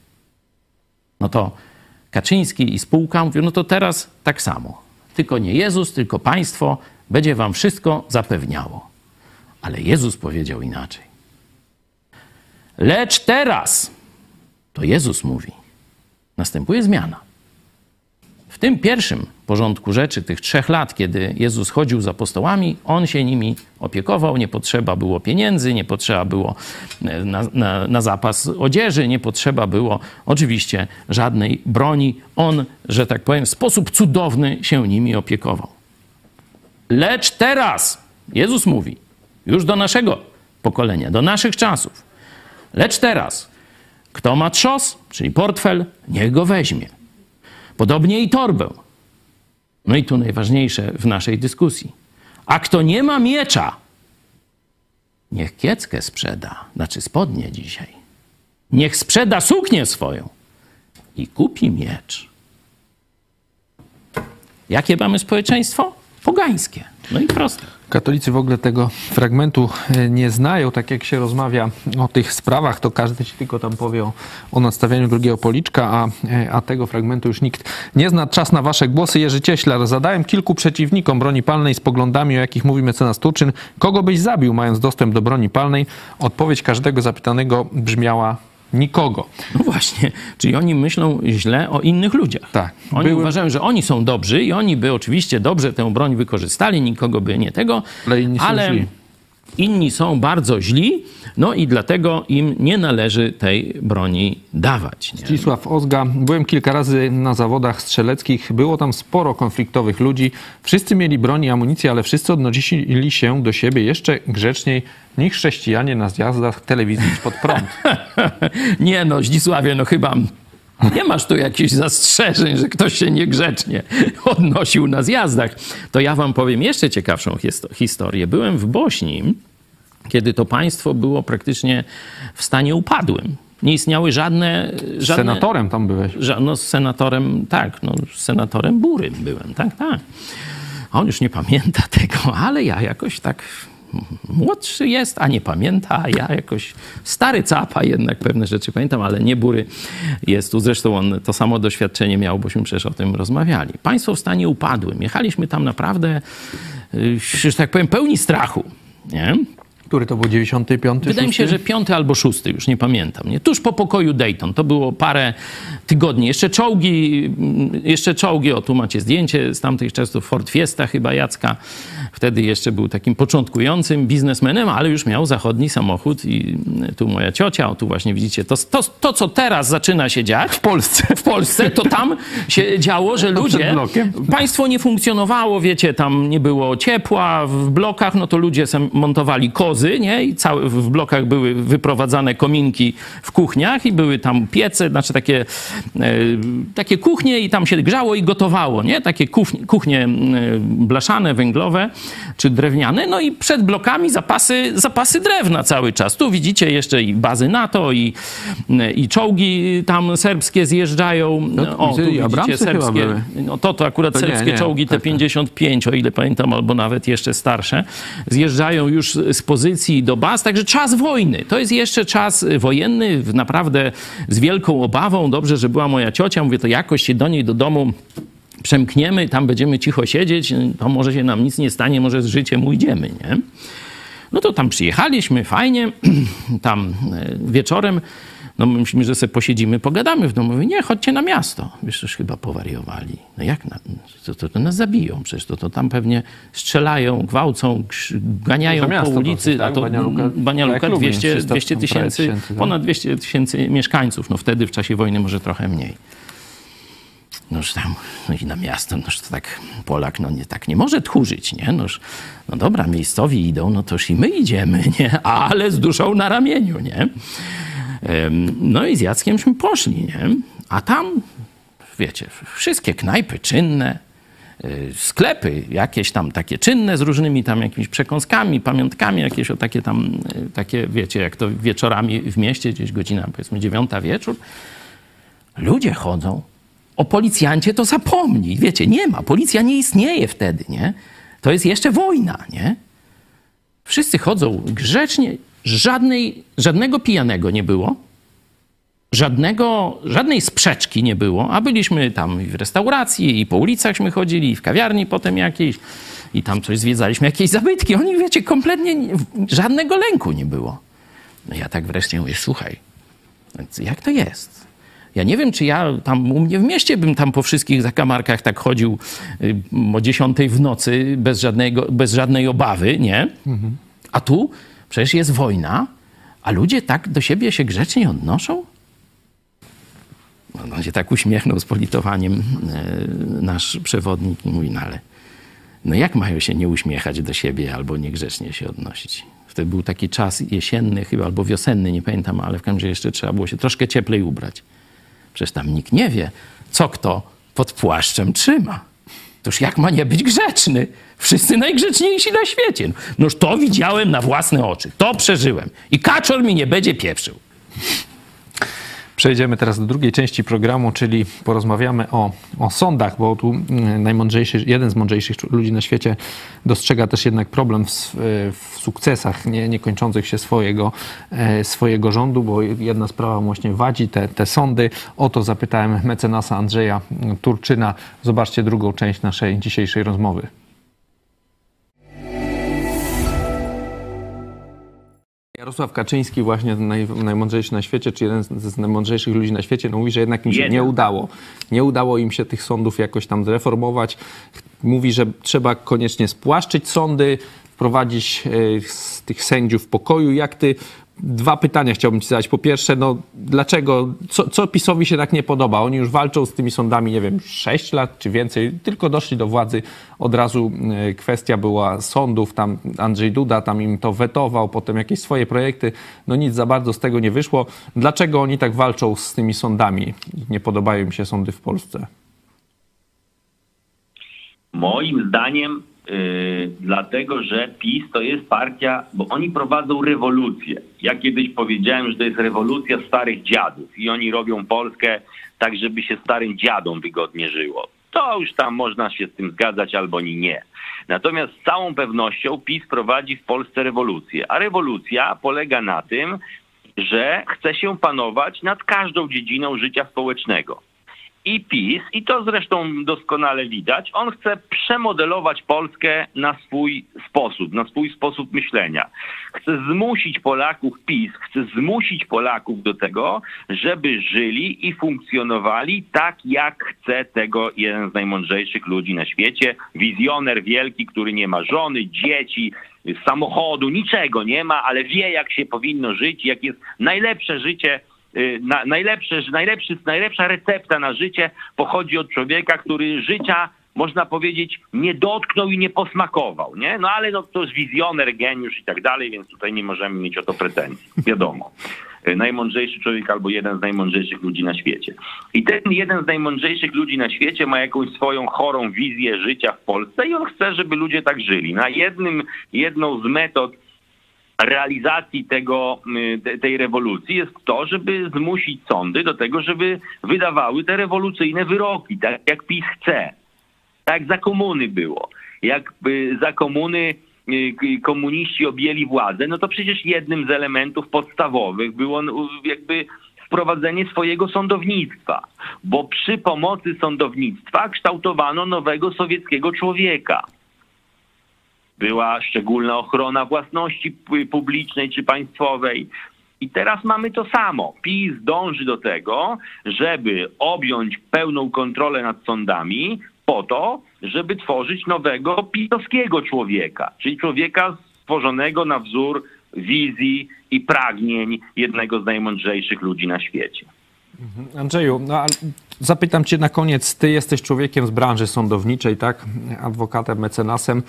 No to Kaczyński i spółka mówią, no to teraz tak samo. Tylko nie Jezus, tylko państwo będzie wam wszystko zapewniało. Ale Jezus powiedział inaczej. Lecz teraz, to Jezus mówi, następuje zmiana. W tym pierwszym porządku rzeczy, tych 3 lat, kiedy Jezus chodził z apostołami, On się nimi opiekował, nie potrzeba było pieniędzy, nie potrzeba było na zapas odzieży, nie potrzeba było oczywiście żadnej broni. On, że tak powiem, w sposób cudowny się nimi opiekował. Lecz teraz, Jezus mówi, już do naszego pokolenia, do naszych czasów, lecz teraz, kto ma trzos, czyli portfel, niech go weźmie. Podobnie i torbę. No i tu najważniejsze w naszej dyskusji. A kto nie ma miecza, niech kieckę sprzeda, znaczy spodnie dzisiaj. Niech sprzeda suknię swoją i kupi miecz. Jakie mamy społeczeństwo? Pogańskie. No i proste. Katolicy w ogóle tego fragmentu nie znają. Tak jak się rozmawia o tych sprawach, to każdy ci tylko tam powie o nadstawianiu drugiego policzka, a tego fragmentu już nikt nie zna. Czas na wasze głosy. Jerzy Cieślar. Zadałem kilku przeciwnikom broni palnej z poglądami, o jakich mówi mecenas Turczyn. Kogo byś zabił, mając dostęp do broni palnej? Odpowiedź każdego zapytanego brzmiała: nikogo. No właśnie, czyli oni myślą źle o innych ludziach. Tak. Oni uważają, że oni są dobrzy i oni by oczywiście dobrze tę broń wykorzystali, nikogo by nie tego, ale inni są bardzo źli, no i dlatego im nie należy tej broni dawać. Nie? Zdzisław Ozga. Byłem kilka razy na zawodach strzeleckich. Było tam sporo konfliktowych ludzi. Wszyscy mieli broń i amunicję, ale wszyscy odnosili się do siebie jeszcze grzeczniej niż chrześcijanie na zjazdach telewizji Pod Prąd. Nie no, Zdzisławie, no chyba nie masz tu jakichś zastrzeżeń, że ktoś się niegrzecznie odnosił na zjazdach. To ja wam powiem jeszcze ciekawszą historię. Byłem w Bośni, kiedy to państwo było praktycznie w stanie upadłym. Nie istniały żadne... Senatorem tam byłeś. No z senatorem, tak, no z senatorem Burym byłem, tak. On już nie pamięta tego, ale ja jakoś tak... Młodszy jest, a nie pamięta, a ja jakoś stary capa jednak pewne rzeczy pamiętam, ale nie Bury jest tu. Zresztą on to samo doświadczenie miał, bośmy przecież o tym rozmawiali. Państwo w stanie upadłym. Jechaliśmy tam naprawdę, że tak powiem, pełni strachu. Nie? Który to był 95? Wydaje mi się, że 5 albo 6, już nie pamiętam. Nie? Tuż po pokoju Dayton. To było parę tygodni. Jeszcze czołgi, o tu macie zdjęcie z tamtych czasów, Ford Fiesta chyba Jacka. Wtedy jeszcze był takim początkującym biznesmenem, ale już miał zachodni samochód i tu moja ciocia, o tu właśnie widzicie, to co teraz zaczyna się dziać w Polsce, to tam się działo, że ludzie, państwo nie funkcjonowało, wiecie, tam nie było ciepła w blokach, no to ludzie montowali kozy, nie? I w blokach były wyprowadzane kominki w kuchniach i były tam piece, znaczy takie kuchnie i tam się grzało i gotowało, nie? Takie kuchnie blaszane, węglowe czy drewniane, no i przed blokami zapasy drewna cały czas. Tu widzicie jeszcze i bazy NATO i czołgi tam serbskie zjeżdżają. O, tu widzicie serbskie, no to akurat serbskie czołgi T-55, o ile pamiętam, albo nawet jeszcze starsze, zjeżdżają już z pozycji do baz, także czas wojny. To jest jeszcze czas wojenny, naprawdę z wielką obawą. Dobrze, że była moja ciocia, mówię, to jakoś się do niej do domu przemkniemy, tam będziemy cicho siedzieć, to może się nam nic nie stanie, może z życiem ujdziemy, nie? No to tam przyjechaliśmy, fajnie, tam wieczorem, no myślimy, że sobie posiedzimy, pogadamy w domu. Mówię, nie, chodźcie na miasto. Wiesz, już chyba powariowali. No jak? To nas zabiją przecież. To tam pewnie strzelają, gwałcą, ganiają po ulicy. Tak? A to Banja Luka 200 tysięcy, ponad 200 tysięcy mieszkańców. No wtedy w czasie wojny może trochę mniej. Noż tam, no i na miasto, noż to tak Polak, no nie, tak nie może tchórzyć, nie? Noż, no dobra, miejscowi idą, no toż i my idziemy, nie? Ale z duszą na ramieniu, nie? No i z Jackiemśmy poszli, nie? A tam, wiecie, wszystkie knajpy czynne, sklepy jakieś tam takie czynne z różnymi tam jakimiś przekąskami, pamiątkami, jakieś o takie tam, takie, wiecie, jak to wieczorami w mieście, gdzieś godzina, powiedzmy 9 wieczór, ludzie chodzą. O policjancie to zapomnij. Wiecie, nie ma. Policja nie istnieje wtedy, nie? To jest jeszcze wojna, nie? Wszyscy chodzą grzecznie. Żadnego pijanego nie było. Żadnej sprzeczki nie było. A byliśmy tam w restauracji i po ulicachśmy chodzili, i w kawiarni potem jakiejś. I tam coś zwiedzaliśmy, jakieś zabytki. Oni, wiecie, kompletnie żadnego lęku nie było. No ja tak wreszcie mówię, słuchaj, jak to jest? Ja nie wiem, czy ja tam u mnie w mieście bym tam po wszystkich zakamarkach tak chodził o 10 w nocy bez żadnej obawy, nie? A tu przecież jest wojna, a ludzie tak do siebie się grzecznie odnoszą? No, on się tak uśmiechnął z politowaniem nasz przewodnik i mówi, no ale no jak mają się nie uśmiechać do siebie albo niegrzecznie się odnosić? Wtedy był taki czas jesienny chyba, albo wiosenny, nie pamiętam, ale w każdym razie jeszcze trzeba było się troszkę cieplej ubrać. Przecież tam nikt nie wie, co kto pod płaszczem trzyma. Toż jak ma nie być grzeczny? Wszyscy najgrzeczniejsi na świecie. Noż to widziałem na własne oczy. To przeżyłem. I kaczor mi nie będzie pieprzył. Przejdziemy teraz do drugiej części programu, czyli porozmawiamy o sądach, bo tu jeden z mądrzejszych ludzi na świecie dostrzega też jednak problem w sukcesach niekończących się swojego rządu, bo jedna sprawa właśnie wadzi te sądy. O to zapytałem mecenasa Andrzeja Turczyna. Zobaczcie drugą część naszej dzisiejszej rozmowy. Jarosław Kaczyński, właśnie najmądrzejszy na świecie, czy jeden z najmądrzejszych ludzi na świecie, mówi, że jednak im się nie udało. Nie udało im się tych sądów jakoś tam zreformować. Mówi, że trzeba koniecznie spłaszczyć sądy, wprowadzić z tych sędziów pokoju. Jak ty... Dwa pytania chciałbym ci zadać. Po pierwsze, dlaczego, co PiS-owi się tak nie podoba? Oni już walczą z tymi sądami, nie wiem, 6 lat czy więcej, tylko doszli do władzy. Od razu kwestia była sądów, tam Andrzej Duda tam im to wetował, potem jakieś swoje projekty. Nic za bardzo z tego nie wyszło. Dlaczego oni tak walczą z tymi sądami? Nie podobają im się sądy w Polsce? Moim zdaniem dlatego, że PiS to jest partia, bo oni prowadzą rewolucję. Ja kiedyś powiedziałem, że to jest rewolucja starych dziadów i oni robią Polskę tak, żeby się starym dziadom wygodnie żyło. To już tam można się z tym zgadzać albo nie. Natomiast z całą pewnością PiS prowadzi w Polsce rewolucję, a rewolucja polega na tym, że chce się panować nad każdą dziedziną życia społecznego. I PiS, i to zresztą doskonale widać, on chce przemodelować Polskę na swój sposób myślenia. Chce zmusić Polaków, PiS chce zmusić Polaków do tego, żeby żyli i funkcjonowali tak, jak chce tego jeden z najmądrzejszych ludzi na świecie. Wizjoner wielki, który nie ma żony, dzieci, samochodu, niczego nie ma, ale wie, jak się powinno żyć, jak jest najlepsze życie. Najlepsza recepta na życie pochodzi od człowieka, który życia, można powiedzieć, nie dotknął i nie posmakował, nie? Ale to jest wizjoner, geniusz i tak dalej, więc tutaj nie możemy mieć o to pretensji. Wiadomo. Najmądrzejszy człowiek albo jeden z najmądrzejszych ludzi na świecie. I ten jeden z najmądrzejszych ludzi na świecie ma jakąś swoją chorą wizję życia w Polsce i on chce, żeby ludzie tak żyli. Jedną z metod realizacji tej rewolucji jest to, żeby zmusić sądy do tego, żeby wydawały te rewolucyjne wyroki, tak jak PiS chce. Tak jak za komuny było. Jak za komuny komuniści objęli władzę, to przecież jednym z elementów podstawowych było jakby wprowadzenie swojego sądownictwa. Bo przy pomocy sądownictwa kształtowano nowego sowieckiego człowieka. Była szczególna ochrona własności publicznej czy państwowej. I teraz mamy to samo. PiS dąży do tego, żeby objąć pełną kontrolę nad sądami po to, żeby tworzyć nowego pisowskiego człowieka, czyli człowieka stworzonego na wzór wizji i pragnień jednego z najmądrzejszych ludzi na świecie. Andrzeju, zapytam cię na koniec. Ty jesteś człowiekiem z branży sądowniczej, tak? Adwokatem, mecenasem.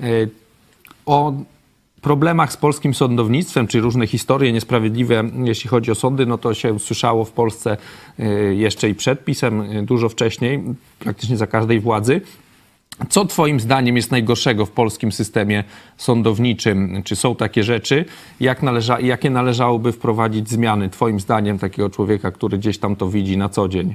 O problemach z polskim sądownictwem, czy różne historie niesprawiedliwe, jeśli chodzi o sądy, to się słyszało w Polsce jeszcze i przed PiS-em, dużo wcześniej, praktycznie za każdej władzy. Co twoim zdaniem jest najgorszego w polskim systemie sądowniczym? Czy są takie rzeczy? Jakie należałoby wprowadzić zmiany, twoim zdaniem, takiego człowieka, który gdzieś tam to widzi na co dzień?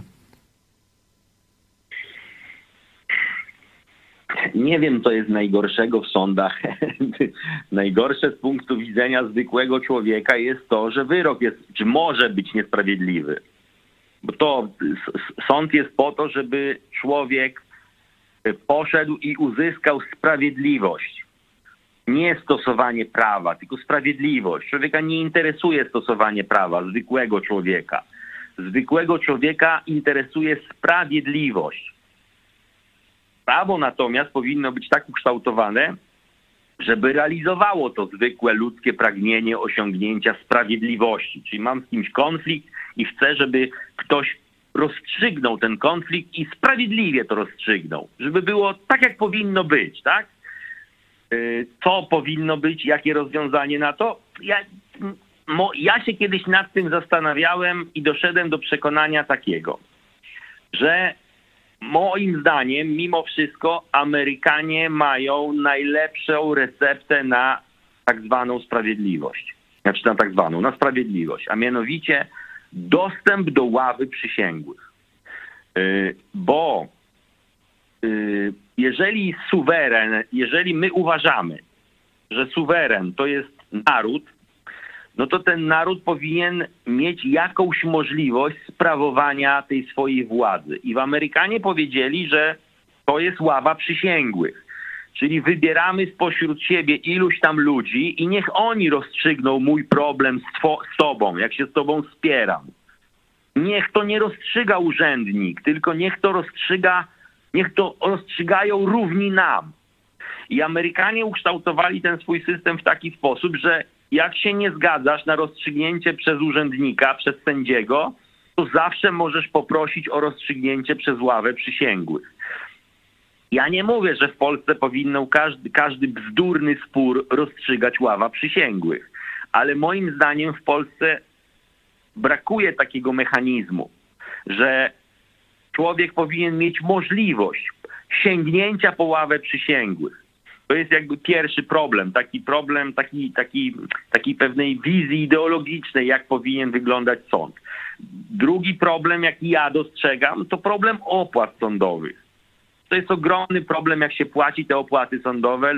Nie wiem, co jest najgorszego w sądach. Najgorsze z punktu widzenia zwykłego człowieka jest to, że wyrok jest, czy może być niesprawiedliwy. Bo sąd jest po to, żeby człowiek poszedł i uzyskał sprawiedliwość. Nie stosowanie prawa, tylko sprawiedliwość. Człowieka nie interesuje stosowanie prawa, zwykłego człowieka. Zwykłego człowieka interesuje sprawiedliwość. Prawo natomiast powinno być tak ukształtowane, żeby realizowało to zwykłe ludzkie pragnienie osiągnięcia sprawiedliwości. Czyli mam z kimś konflikt i chcę, żeby ktoś rozstrzygnął ten konflikt i sprawiedliwie to rozstrzygnął. Żeby było tak, jak powinno być, tak? Co powinno być, jakie rozwiązanie na to? Ja się kiedyś nad tym zastanawiałem i doszedłem do przekonania takiego, że moim zdaniem, mimo wszystko, Amerykanie mają najlepszą receptę na tak zwaną sprawiedliwość. Znaczy na sprawiedliwość, a mianowicie dostęp do ławy przysięgłych. Bo jeżeli my uważamy, że suweren to jest naród, no to ten naród powinien mieć jakąś możliwość sprawowania tej swojej władzy. I Amerykanie powiedzieli, że to jest ława przysięgłych. Czyli wybieramy spośród siebie iluś tam ludzi i niech oni rozstrzygną mój problem z tobą, jak się z tobą spieram. Niech to nie rozstrzyga urzędnik, tylko niech to rozstrzygają równi nam. I Amerykanie ukształtowali ten swój system w taki sposób, że jak się nie zgadzasz na rozstrzygnięcie przez urzędnika, przez sędziego, to zawsze możesz poprosić o rozstrzygnięcie przez ławę przysięgłych. Ja nie mówię, że w Polsce powinno każdy bzdurny spór rozstrzygać ława przysięgłych, ale moim zdaniem w Polsce brakuje takiego mechanizmu, że człowiek powinien mieć możliwość sięgnięcia po ławę przysięgłych. To jest jakby pierwszy problem, takiej pewnej wizji ideologicznej, jak powinien wyglądać sąd. Drugi problem, jaki ja dostrzegam, to problem opłat sądowych. To jest ogromny problem, jak się płaci te opłaty sądowe.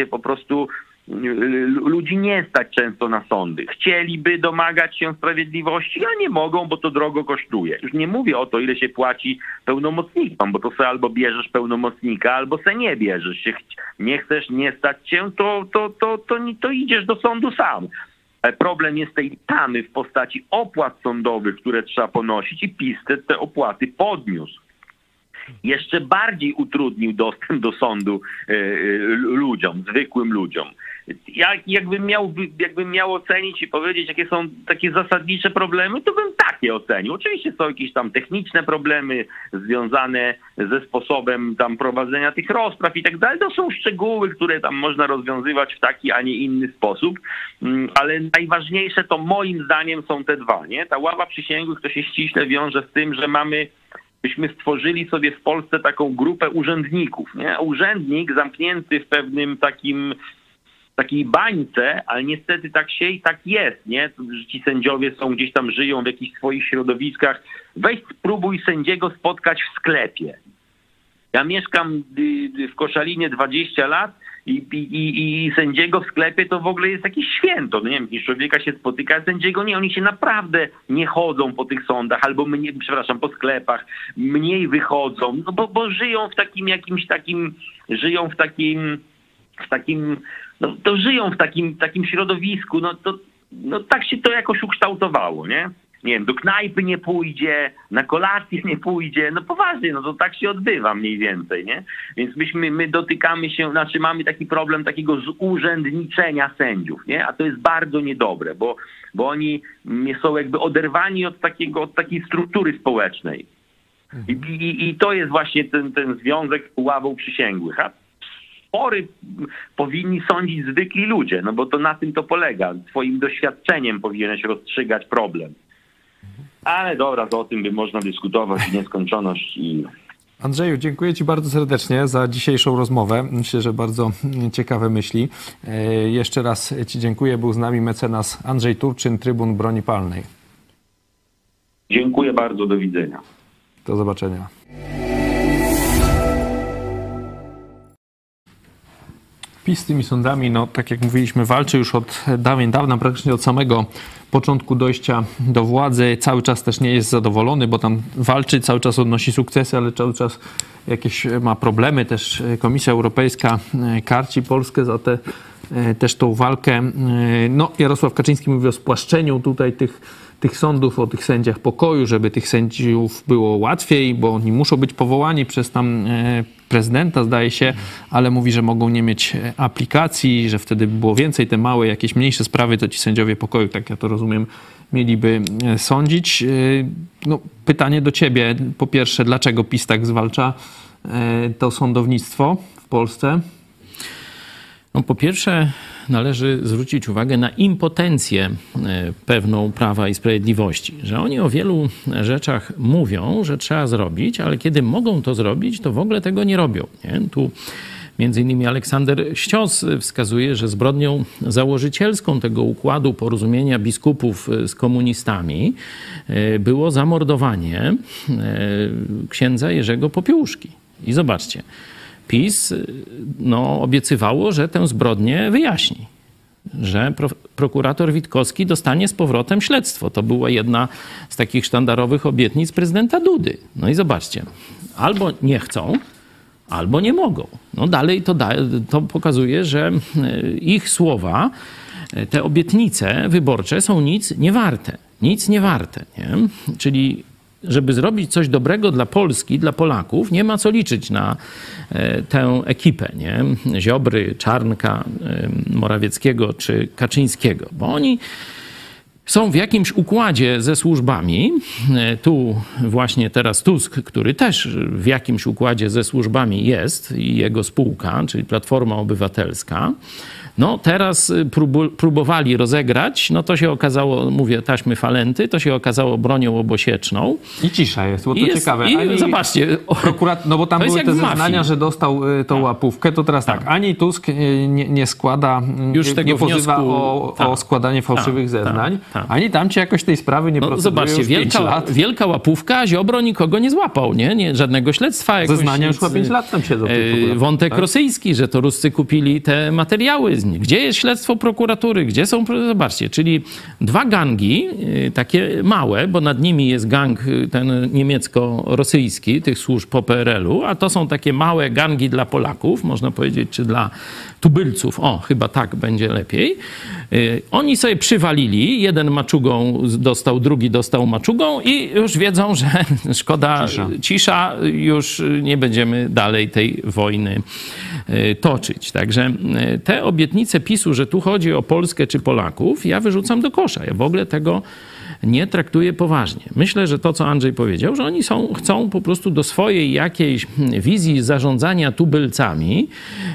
Ludzi nie stać często na sądy. Chcieliby domagać się sprawiedliwości, a nie mogą, bo to drogo kosztuje. Już nie mówię o to, ile się płaci pełnomocnikom, bo to sobie albo bierzesz pełnomocnika, albo se nie bierzesz. Nie chcesz, nie stać się, to idziesz do sądu sam. Ale problem jest tej tamy w postaci opłat sądowych, które trzeba ponosić, i PiS te opłaty podniósł. Jeszcze bardziej utrudnił dostęp do sądu ludziom, zwykłym ludziom. Jakbym miał ocenić i powiedzieć, jakie są takie zasadnicze problemy, to bym takie ocenił. Oczywiście są jakieś tam techniczne problemy związane ze sposobem tam prowadzenia tych rozpraw i tak dalej. To są szczegóły, które tam można rozwiązywać w taki, a nie inny sposób, ale najważniejsze to moim zdaniem są te dwa, nie? Ta ława przysięgłych to się ściśle wiąże z tym, że byśmy stworzyli sobie w Polsce taką grupę urzędników, nie? Urzędnik zamknięty w pewnym takiej bańce, ale niestety tak się i tak jest, nie? Że ci sędziowie gdzieś tam żyją w jakichś swoich środowiskach. Weź spróbuj sędziego spotkać w sklepie. Ja mieszkam w Koszalinie 20 lat i sędziego w sklepie to w ogóle jest jakieś święto. No nie wiem, jakiś człowieka się spotyka, a sędziego nie. Oni się naprawdę nie chodzą po tych sądach, albo po sklepach, mniej wychodzą, no bo żyją w takim jakimś takim, żyją w takim środowisku, no tak się to jakoś ukształtowało, nie? Nie wiem, do knajpy nie pójdzie, na kolację nie pójdzie, no poważnie, no to tak się odbywa mniej więcej, nie? Więc my dotykamy się, mamy taki problem takiego zurzędniczenia sędziów, nie? A to jest bardzo niedobre, bo oni są jakby oderwani od takiej struktury społecznej. I to jest właśnie ten związek z ławą przysięgłych. A spory powinni sądzić zwykli ludzie, no bo to na tym to polega. Twoim doświadczeniem powinieneś rozstrzygać problem. Ale dobra, to o tym by można dyskutować w nieskończoność. Andrzeju, dziękuję Ci bardzo serdecznie za dzisiejszą rozmowę. Myślę, że bardzo ciekawe myśli. Jeszcze raz Ci dziękuję. Był z nami mecenas Andrzej Turczyn, Trybun Broni Palnej. Dziękuję bardzo, do widzenia. Do zobaczenia. PiS z tymi sądami, no tak jak mówiliśmy, walczy już od dawna, praktycznie od samego początku dojścia do władzy. Cały czas też nie jest zadowolony, bo tam walczy, cały czas odnosi sukcesy, ale cały czas jakieś ma problemy. Też Komisja Europejska karci Polskę za też tą walkę. No, Jarosław Kaczyński mówi o spłaszczeniu tutaj tych sądów, o tych sędziach pokoju, żeby tych sędziów było łatwiej, bo oni muszą być powołani przez tam prezydenta, zdaje się, ale mówi, że mogą nie mieć aplikacji, że wtedy by było więcej, te małe, jakieś mniejsze sprawy, to ci sędziowie pokoju, tak ja to rozumiem, mieliby sądzić. No, pytanie do ciebie. Po pierwsze, dlaczego PiS tak zwalcza to sądownictwo w Polsce? No, po pierwsze, należy zwrócić uwagę na impotencję pewną Prawa i Sprawiedliwości, że oni o wielu rzeczach mówią, że trzeba zrobić, ale kiedy mogą to zrobić, to w ogóle tego nie robią. Nie? Tu między innymi Aleksander Ścios wskazuje, że zbrodnią założycielską tego układu porozumienia biskupów z komunistami było zamordowanie księdza Jerzego Popiełuszki. I zobaczcie, PiS obiecywało, że tę zbrodnię wyjaśni, że prokurator Witkowski dostanie z powrotem śledztwo. To była jedna z takich sztandarowych obietnic prezydenta Dudy. No i zobaczcie, albo nie chcą, albo nie mogą. No dalej to pokazuje, że ich słowa, te obietnice wyborcze są nic nie warte. Nic nie warte. Nie? Czyli żeby zrobić coś dobrego dla Polski, dla Polaków, nie ma co liczyć na tę ekipę, nie? Ziobry, Czarnka, Morawieckiego czy Kaczyńskiego, bo oni są w jakimś układzie ze służbami. Tu właśnie teraz Tusk, który też w jakimś układzie ze służbami jest i jego spółka, czyli Platforma Obywatelska. No teraz próbowali rozegrać, no to się okazało, mówię, taśmy falenty, to się okazało bronią obosieczną. I cisza jest, bo to ciekawe. I zobaczcie. No bo tam były te zeznania, że dostał tą łapówkę, to teraz tak, ani Tusk nie składa, już nie pozywa o składanie fałszywych zeznań, ani tam ci jakoś tej sprawy nie procedują. Zobaczcie, wielka łapówka, Ziobro nikogo nie złapał, nie? Żadnego śledztwa. Zeznania już ma 5 lat tam siedzą. Wątek rosyjski, że to Ruscy kupili te materiały. Gdzie jest śledztwo prokuratury? Gdzie są... Zobaczcie, czyli dwa gangi, takie małe, bo nad nimi jest gang ten niemiecko-rosyjski, tych służb po PRL-u, a to są takie małe gangi dla Polaków, można powiedzieć, czy dla tubylców. O, chyba tak będzie lepiej. Oni sobie przywalili, jeden maczugą dostał, drugi dostał maczugą i już wiedzą, że szkoda, cisza, już nie będziemy dalej tej wojny toczyć. Także te obietnice PiS-u, że tu chodzi o Polskę czy Polaków, ja wyrzucam do kosza. Ja w ogóle tego nie traktuję poważnie. Myślę, że to, co Andrzej powiedział, że oni chcą po prostu do swojej jakiejś wizji zarządzania tubylcami,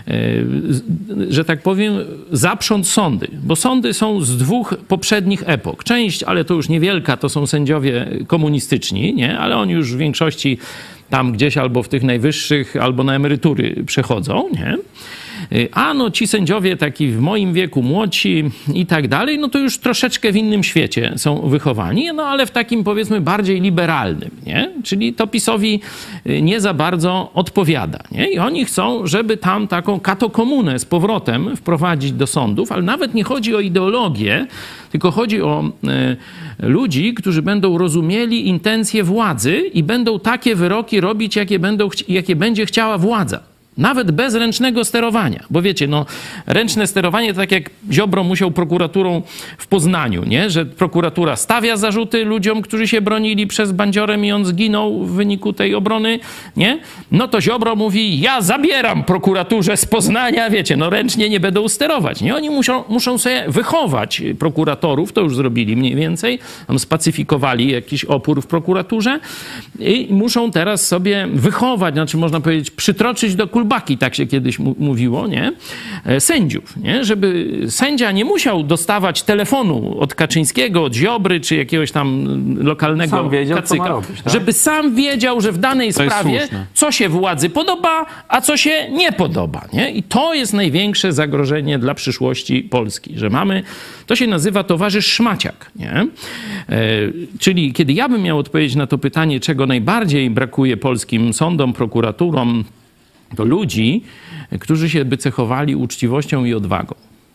że tak powiem, zaprząc sądy. Bo sądy są z dwóch poprzednich epok. Część, ale to już niewielka, to są sędziowie komunistyczni, nie? Ale oni już w większości tam gdzieś albo w tych najwyższych, albo na emerytury przechodzą, nie? A no ci sędziowie taki w moim wieku, młodsi i tak dalej, no to już troszeczkę w innym świecie są wychowani, no ale w takim powiedzmy bardziej liberalnym, nie? Czyli to PiS-owi nie za bardzo odpowiada, nie? I oni chcą, żeby tam taką katokomunę z powrotem wprowadzić do sądów, ale nawet nie chodzi o ideologię, tylko chodzi o ludzi, którzy będą rozumieli intencje władzy i będą takie wyroki robić, jakie będzie chciała władza. Nawet bez ręcznego sterowania. Bo wiecie, no ręczne sterowanie to tak jak Ziobro musiał prokuraturą w Poznaniu, nie? Że prokuratura stawia zarzuty ludziom, którzy się bronili przez bandziorem i on zginął w wyniku tej obrony, nie? No to Ziobro mówi, ja zabieram prokuraturze z Poznania, wiecie, no ręcznie nie będą sterować, nie? Oni muszą sobie wychować prokuratorów, to już zrobili mniej więcej, tam spacyfikowali jakiś opór w prokuraturze i muszą teraz sobie wychować, znaczy można powiedzieć przytroczyć do kulbaki, tak się kiedyś mówiło, nie? Sędziów, nie? Żeby sędzia nie musiał dostawać telefonu od Kaczyńskiego, od Ziobry, czy jakiegoś tam lokalnego sam wiedział, kacyka. co ma robić, tak? Żeby sam wiedział, że w danej sprawie co się władzy podoba, a co się nie podoba, nie? I to jest największe zagrożenie dla przyszłości Polski, że mamy, to się nazywa towarzysz szmaciak, nie? Czyli kiedy ja bym miał odpowiedzieć na to pytanie, czego najbardziej brakuje polskim sądom, prokuraturom, to ludzi, którzy się by cechowali uczciwością i odwagą.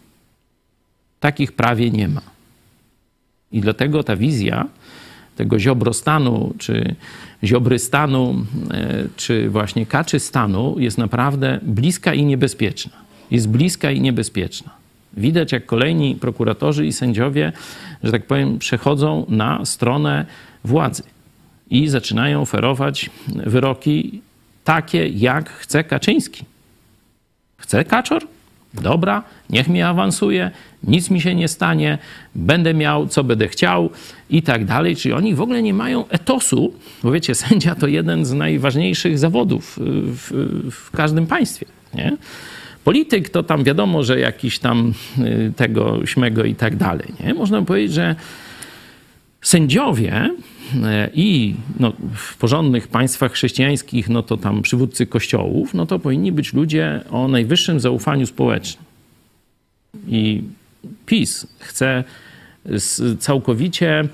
Takich prawie nie ma. I dlatego ta wizja tego Ziobrostanu, czy Ziobrystanu, czy właśnie Kaczystanu jest naprawdę bliska i niebezpieczna. Jest bliska i niebezpieczna. Widać, jak kolejni prokuratorzy i sędziowie, że tak powiem, przechodzą na stronę władzy i zaczynają oferować wyroki takie, jak chce Kaczyński. Chce Kaczor? Dobra, niech mnie awansuje, nic mi się nie stanie, będę miał, co będę chciał i tak dalej. Czyli oni w ogóle nie mają etosu, bo wiecie, sędzia to jeden z najważniejszych zawodów w każdym państwie, nie? Polityk to tam wiadomo, że jakiś tam tego, śmego i tak dalej, nie? Można powiedzieć, że sędziowie i no, w porządnych państwach chrześcijańskich, no to tam przywódcy kościołów, no to powinni być ludzie o najwyższym zaufaniu społecznym. I PiS chce całkowicie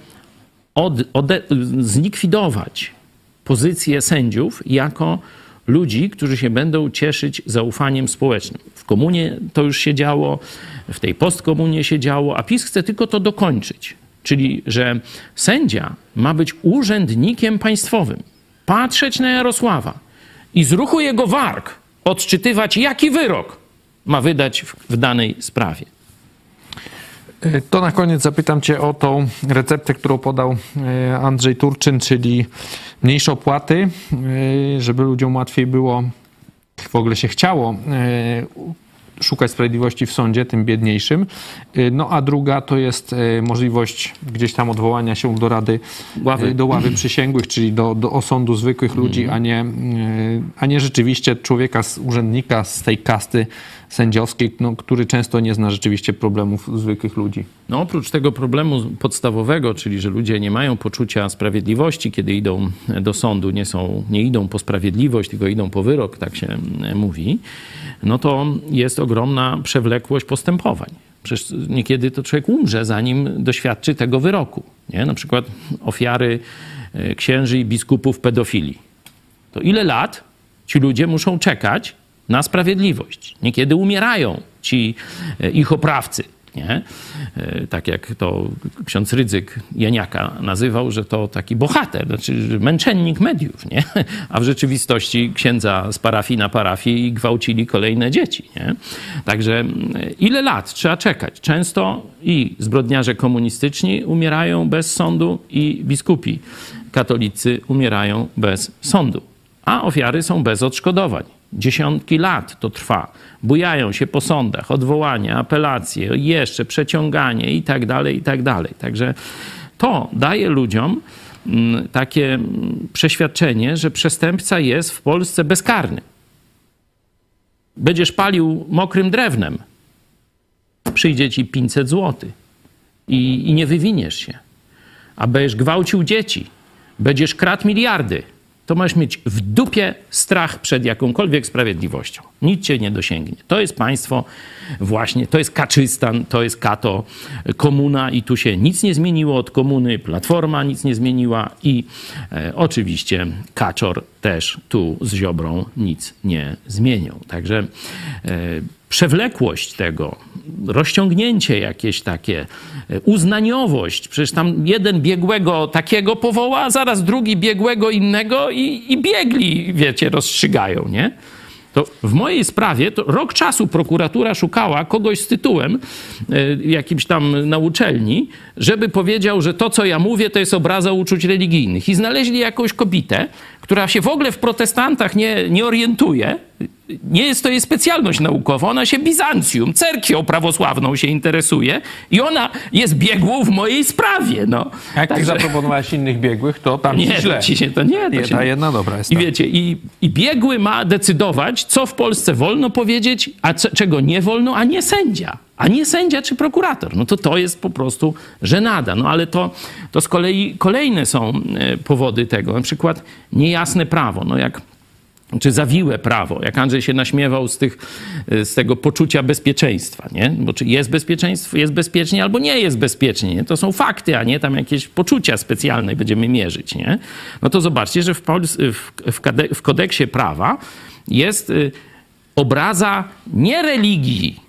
zlikwidować pozycję sędziów jako ludzi, którzy się będą cieszyć zaufaniem społecznym. W komunie to już się działo, w tej postkomunie się działo, a PiS chce tylko to dokończyć. Czyli, że sędzia ma być urzędnikiem państwowym, patrzeć na Jarosława i z ruchu jego warg odczytywać, jaki wyrok ma wydać w danej sprawie. To na koniec zapytam cię o tą receptę, którą podał Andrzej Turczyn, czyli mniejsze opłaty, żeby ludziom łatwiej było, w ogóle się chciało szukać sprawiedliwości w sądzie, tym biedniejszym. No a druga to jest możliwość gdzieś tam odwołania się do ławy przysięgłych, czyli do osądu zwykłych ludzi, a nie rzeczywiście człowieka, urzędnika z tej kasty sędziowskiej, no, który często nie zna rzeczywiście problemów zwykłych ludzi. No oprócz tego problemu podstawowego, czyli że ludzie nie mają poczucia sprawiedliwości, kiedy idą do sądu, nie idą po sprawiedliwość, tylko idą po wyrok, tak się mówi, no to jest ogromna przewlekłość postępowań. Przecież niekiedy to człowiek umrze, zanim doświadczy tego wyroku. Nie? Na przykład ofiary księży i biskupów pedofilii. To ile lat ci ludzie muszą czekać na sprawiedliwość? Niekiedy umierają ci ich oprawcy. Nie? Tak jak to ksiądz Rydzyk Janiaka nazywał, że to taki bohater, znaczy męczennik mediów, nie? A w rzeczywistości księdza z parafii na parafii gwałcili kolejne dzieci. Nie? Także ile lat trzeba czekać? Często i zbrodniarze komunistyczni umierają bez sądu i biskupi katolicy umierają bez sądu, a ofiary są bez odszkodowań. Dziesiątki lat to trwa. Bujają się po sądach, odwołania, apelacje, jeszcze przeciąganie i tak dalej, i tak dalej. Także to daje ludziom takie przeświadczenie, że przestępca jest w Polsce bezkarny. Będziesz palił mokrym drewnem, przyjdzie ci 500 zł i nie wywiniesz się. A będziesz gwałcił dzieci, będziesz kradł miliardy, to masz mieć w dupie strach przed jakąkolwiek sprawiedliwością. Nic cię nie dosięgnie. To jest państwo właśnie, to jest Kaczystan, to jest Kato, komuna i tu się nic nie zmieniło od komuny, Platforma nic nie zmieniła i oczywiście Kaczor też tu z Ziobrą nic nie zmienią. Także przewlekłość tego, rozciągnięcie jakieś takie, uznaniowość. Przecież tam jeden biegłego takiego powoła, a zaraz drugi biegłego innego i biegli, wiecie, rozstrzygają, nie? To w mojej sprawie to rok czasu prokuratura szukała kogoś z tytułem jakimś tam na uczelni, żeby powiedział, że to, co ja mówię, to jest obraza uczuć religijnych. I znaleźli jakąś kobietę, która się w ogóle w protestantach nie orientuje. Nie jest to jej specjalność naukowa. Ona się Bizancjum, cerkwią prawosławną się interesuje i ona jest biegłą w mojej sprawie. No. Jak ty zaproponowałeś innych biegłych, to tam nie, źle. Ta jedna dobra jest. I wiecie, i biegły ma decydować, co w Polsce wolno powiedzieć, a czego nie wolno, a nie sędzia. A nie sędzia czy prokurator. No to jest po prostu żenada. No ale to z kolei kolejne są powody tego. Na przykład niejasne prawo. No czy zawiłe prawo, jak Andrzej się naśmiewał z tego poczucia bezpieczeństwa, nie? Bo czy jest bezpieczeństwo, jest bezpiecznie, albo nie jest bezpiecznie, nie? To są fakty, a nie tam jakieś poczucia specjalne będziemy mierzyć, nie? No to zobaczcie, że w kodeksie prawa jest obraza nie religii,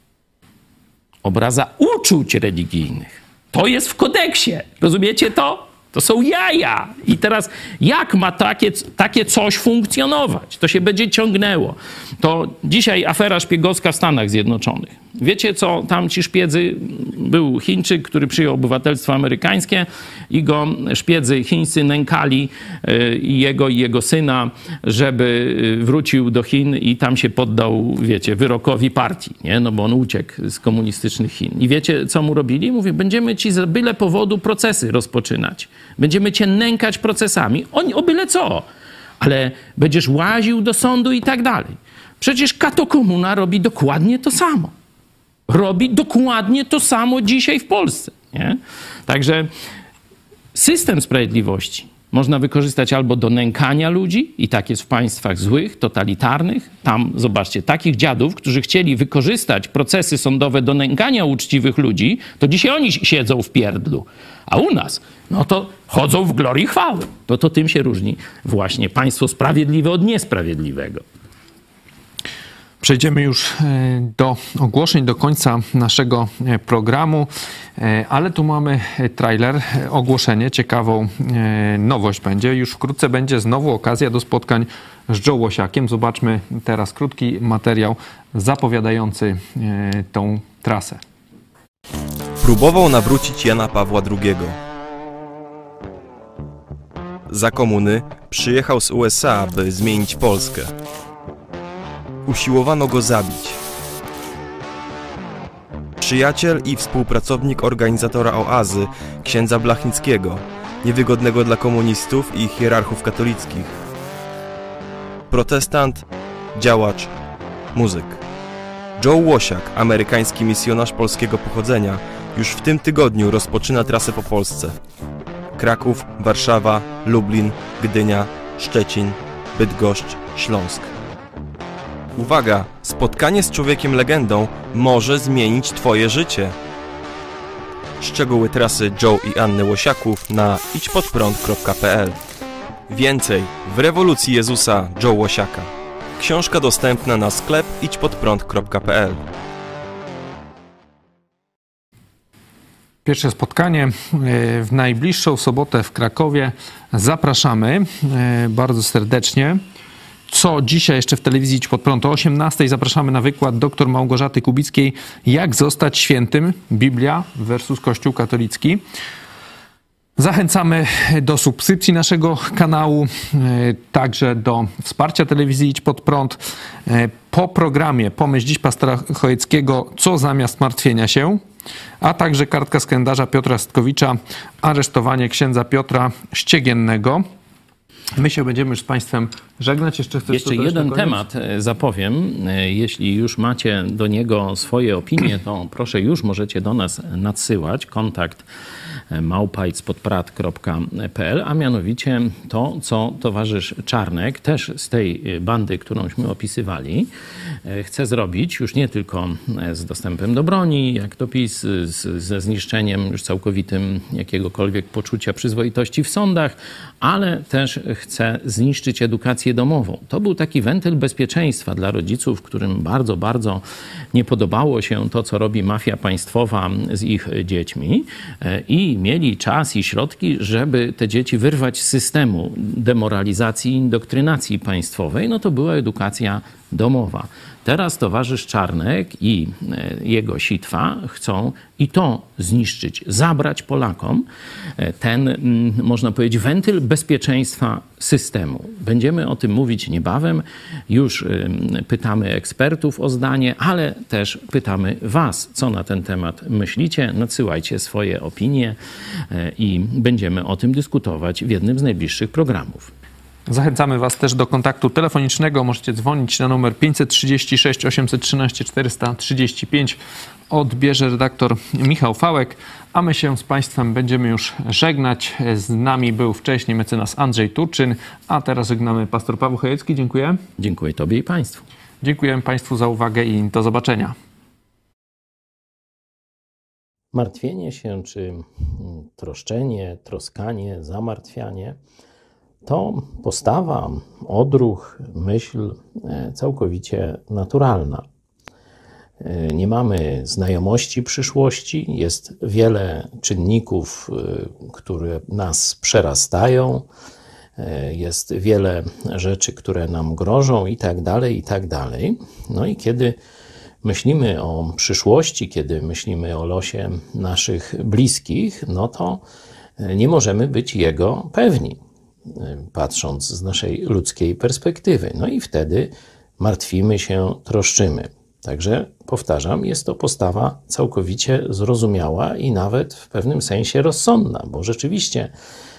obraza uczuć religijnych. To jest w kodeksie. Rozumiecie to? To są jaja. I teraz jak ma takie coś funkcjonować? To się będzie ciągnęło. To dzisiaj afera szpiegowska w Stanach Zjednoczonych. Wiecie co? Tam ci szpiedzy, był Chińczyk, który przyjął obywatelstwo amerykańskie i go szpiedzy chińscy nękali i jego syna, żeby wrócił do Chin i tam się poddał, wiecie, wyrokowi partii, nie? No bo on uciekł z komunistycznych Chin. I wiecie, co mu robili? Mówi, będziemy ci z byle powodu procesy rozpoczynać. Będziemy cię nękać procesami. O byle co. Ale będziesz łaził do sądu i tak dalej. Przecież katokomuna robi dokładnie to samo. Robi dokładnie to samo dzisiaj w Polsce. Nie? Także system sprawiedliwości można wykorzystać albo do nękania ludzi, i tak jest w państwach złych, totalitarnych. Tam, zobaczcie, takich dziadów, którzy chcieli wykorzystać procesy sądowe do nękania uczciwych ludzi, to dzisiaj oni siedzą w pierdlu. A u nas, no to chodzą w glorii chwały. To tym się różni właśnie państwo sprawiedliwe od niesprawiedliwego. Przejdziemy już do ogłoszeń, do końca naszego programu, ale tu mamy trailer, ogłoszenie, ciekawą nowość będzie. Już wkrótce będzie znowu okazja do spotkań z Joe Łosiakiem. Zobaczmy teraz krótki materiał zapowiadający tą trasę. Próbował nawrócić Jana Pawła II. Za komuny przyjechał z USA, by zmienić Polskę. Usiłowano go zabić. Przyjaciel i współpracownik organizatora oazy, księdza Blachnickiego, niewygodnego dla komunistów i hierarchów katolickich. Protestant, działacz, muzyk. Joe Łosiak, amerykański misjonarz polskiego pochodzenia, już w tym tygodniu rozpoczyna trasę po Polsce. Kraków, Warszawa, Lublin, Gdynia, Szczecin, Bydgoszcz, Śląsk. Uwaga! Spotkanie z człowiekiem legendą może zmienić Twoje życie. Szczegóły trasy Joe i Anny Łosiaków na idźpodprąd.pl. Więcej w rewolucji Jezusa Joe Łosiaka. Książka dostępna na sklep idźpodprąd.pl. Pierwsze spotkanie w najbliższą sobotę w Krakowie. Zapraszamy bardzo serdecznie. Co dzisiaj jeszcze w telewizji Idź Pod Prąd o 18:00 zapraszamy na wykład dr Małgorzaty Kubickiej Jak zostać świętym? Biblia versus Kościół katolicki. Zachęcamy do subskrypcji naszego kanału, także do wsparcia telewizji Idź Pod Prąd. Po programie Pomyśl dziś pastora Chojeckiego Co zamiast martwienia się, a także kartka z kalendarza Piotra Stkowicza Aresztowanie księdza Piotra Ściegiennego. My się będziemy już z Państwem żegnać. Jeszcze jeden temat zapowiem. Jeśli już macie do niego swoje opinie, to proszę już możecie do nas nadsyłać. Kontakt @idźpodprad.pl, a mianowicie to, co towarzysz Czarnek, też z tej bandy, którąśmy opisywali, chce zrobić, już nie tylko z dostępem do broni, jak to PiS, ze zniszczeniem już całkowitym jakiegokolwiek poczucia przyzwoitości w sądach, ale też chce zniszczyć edukację domową. To był taki wentyl bezpieczeństwa dla rodziców, którym bardzo, bardzo nie podobało się to, co robi mafia państwowa z ich dziećmi i mieli czas i środki, żeby te dzieci wyrwać z systemu demoralizacji i indoktrynacji państwowej. No to była edukacja domowa. Teraz towarzysz Czarnek i jego sitwa chcą i to zniszczyć, zabrać Polakom ten, można powiedzieć, wentyl bezpieczeństwa systemu. Będziemy o tym mówić niebawem. Już pytamy ekspertów o zdanie, ale też pytamy was, co na ten temat myślicie. Nadsyłajcie swoje opinie i będziemy o tym dyskutować w jednym z najbliższych programów. Zachęcamy Was też do kontaktu telefonicznego. Możecie dzwonić na numer 536 813 435. Odbierze redaktor Michał Fałek, a my się z Państwem będziemy już żegnać. Z nami był wcześniej mecenas Andrzej Turczyn, a teraz żegnamy pastor Paweł Chojecki. Dziękuję. Dziękuję Tobie i Państwu. Dziękuję Państwu za uwagę i do zobaczenia. Martwienie się, czy troszczenie, troskanie, zamartwianie to postawa, odruch, myśl całkowicie naturalna. Nie mamy znajomości przyszłości, jest wiele czynników, które nas przerastają, jest wiele rzeczy, które nam grożą i tak dalej, i tak dalej. No i kiedy myślimy o przyszłości, kiedy myślimy o losie naszych bliskich, no to nie możemy być jego pewni, patrząc z naszej ludzkiej perspektywy. No i wtedy martwimy się, troszczymy. Także powtarzam, jest to postawa całkowicie zrozumiała i nawet w pewnym sensie rozsądna, bo rzeczywiście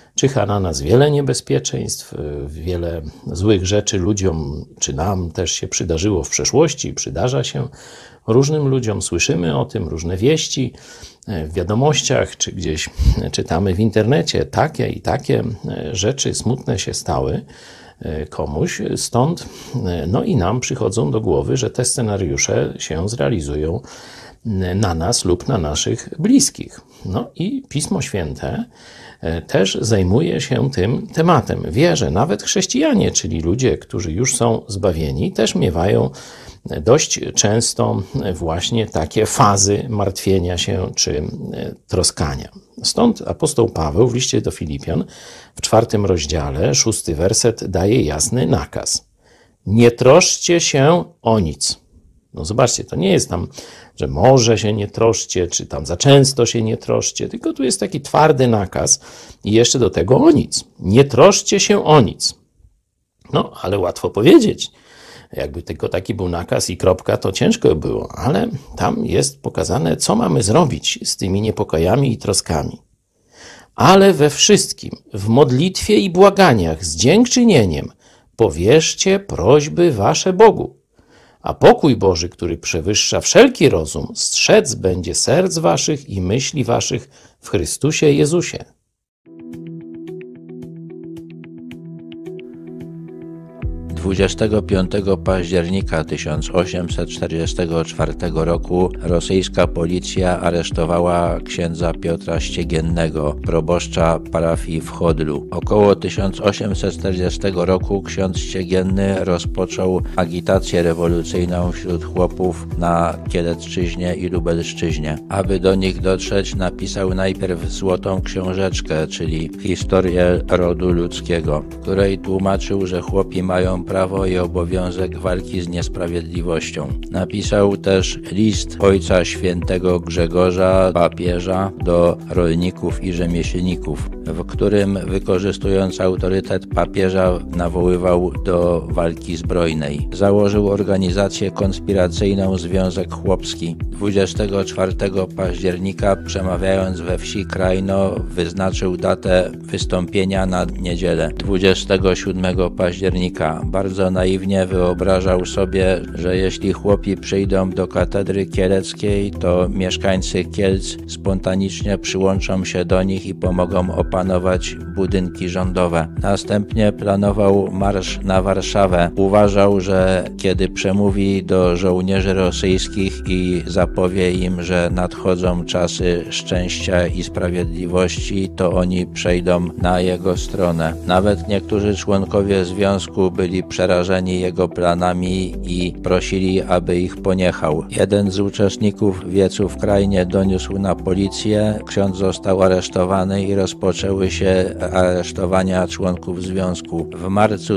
Czyha na nas wiele niebezpieczeństw, wiele złych rzeczy ludziom, czy nam też się przydarzyło w przeszłości, przydarza się różnym ludziom. Słyszymy o tym, różne wieści w wiadomościach, czy gdzieś czytamy w internecie. Takie i takie rzeczy smutne się stały komuś. Stąd no i nam przychodzą do głowy, że te scenariusze się zrealizują na nas lub na naszych bliskich. No i Pismo Święte też zajmuje się tym tematem. Wie, że nawet chrześcijanie, czyli ludzie, którzy już są zbawieni, też miewają dość często właśnie takie fazy martwienia się czy troskania. Stąd apostoł Paweł w liście do Filipian w 4 rozdziale, 6 werset daje jasny nakaz. Nie troszcie się o nic. No zobaczcie, to nie jest tam, że może się nie troszcie, czy tam za często się nie troszcie, tylko tu jest taki twardy nakaz i jeszcze do tego o nic. Nie troszcie się o nic. No, ale łatwo powiedzieć. Jakby tylko taki był nakaz i kropka, to ciężko było, ale tam jest pokazane, co mamy zrobić z tymi niepokojami i troskami. Ale we wszystkim, w modlitwie i błaganiach, z dziękczynieniem, powierzcie prośby wasze Bogu. A pokój Boży, który przewyższa wszelki rozum, strzec będzie serc waszych i myśli waszych w Chrystusie Jezusie. Dwudziestego 25 października 1844 roku rosyjska policja aresztowała księdza Piotra Ściegiennego, proboszcza parafii w Chodlu. Około 1840 roku ksiądz Ściegienny rozpoczął agitację rewolucyjną wśród chłopów na Kielecczyźnie i Lubelszczyźnie. Aby do nich dotrzeć, napisał najpierw Złotą Książeczkę, czyli historię rodu ludzkiego, w której tłumaczył, że chłopi mają prawo i obowiązek walki z niesprawiedliwością. Napisał też list Ojca Świętego Grzegorza, papieża, do rolników i rzemieślników, w którym, wykorzystując autorytet papieża, nawoływał do walki zbrojnej. Założył organizację konspiracyjną Związek Chłopski. 24 października, przemawiając we wsi Krajno, wyznaczył datę wystąpienia na niedzielę, 27 października. Bardzo naiwnie wyobrażał sobie, że jeśli chłopi przyjdą do katedry kieleckiej, to mieszkańcy Kielc spontanicznie przyłączą się do nich i pomogą opanować budynki rządowe. Następnie planował marsz na Warszawę. Uważał, że kiedy przemówi do żołnierzy rosyjskich i zapowie im, że nadchodzą czasy szczęścia i sprawiedliwości, to oni przejdą na jego stronę. Nawet niektórzy członkowie związku byli przerażeni jego planami i prosili, aby ich poniechał. Jeden z uczestników wiecu w Krajnie doniósł na policję, ksiądz został aresztowany i rozpoczęły się aresztowania członków związku. W marcu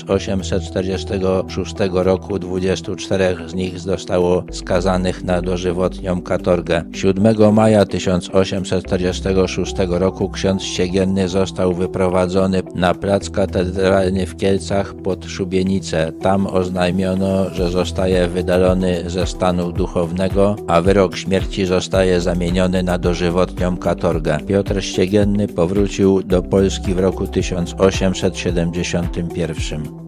1846 roku 24 z nich zostało skazanych na dożywotnią katorgę. 7 maja 1846 roku ksiądz Ściegienny został wyprowadzony na plac katedralny w Kielcach pod szubienicę. Tam oznajmiono, że zostaje wydalony ze stanu duchownego, a wyrok śmierci zostaje zamieniony na dożywotnią katorgę. Piotr Ściegienny powrócił do Polski w roku 1871.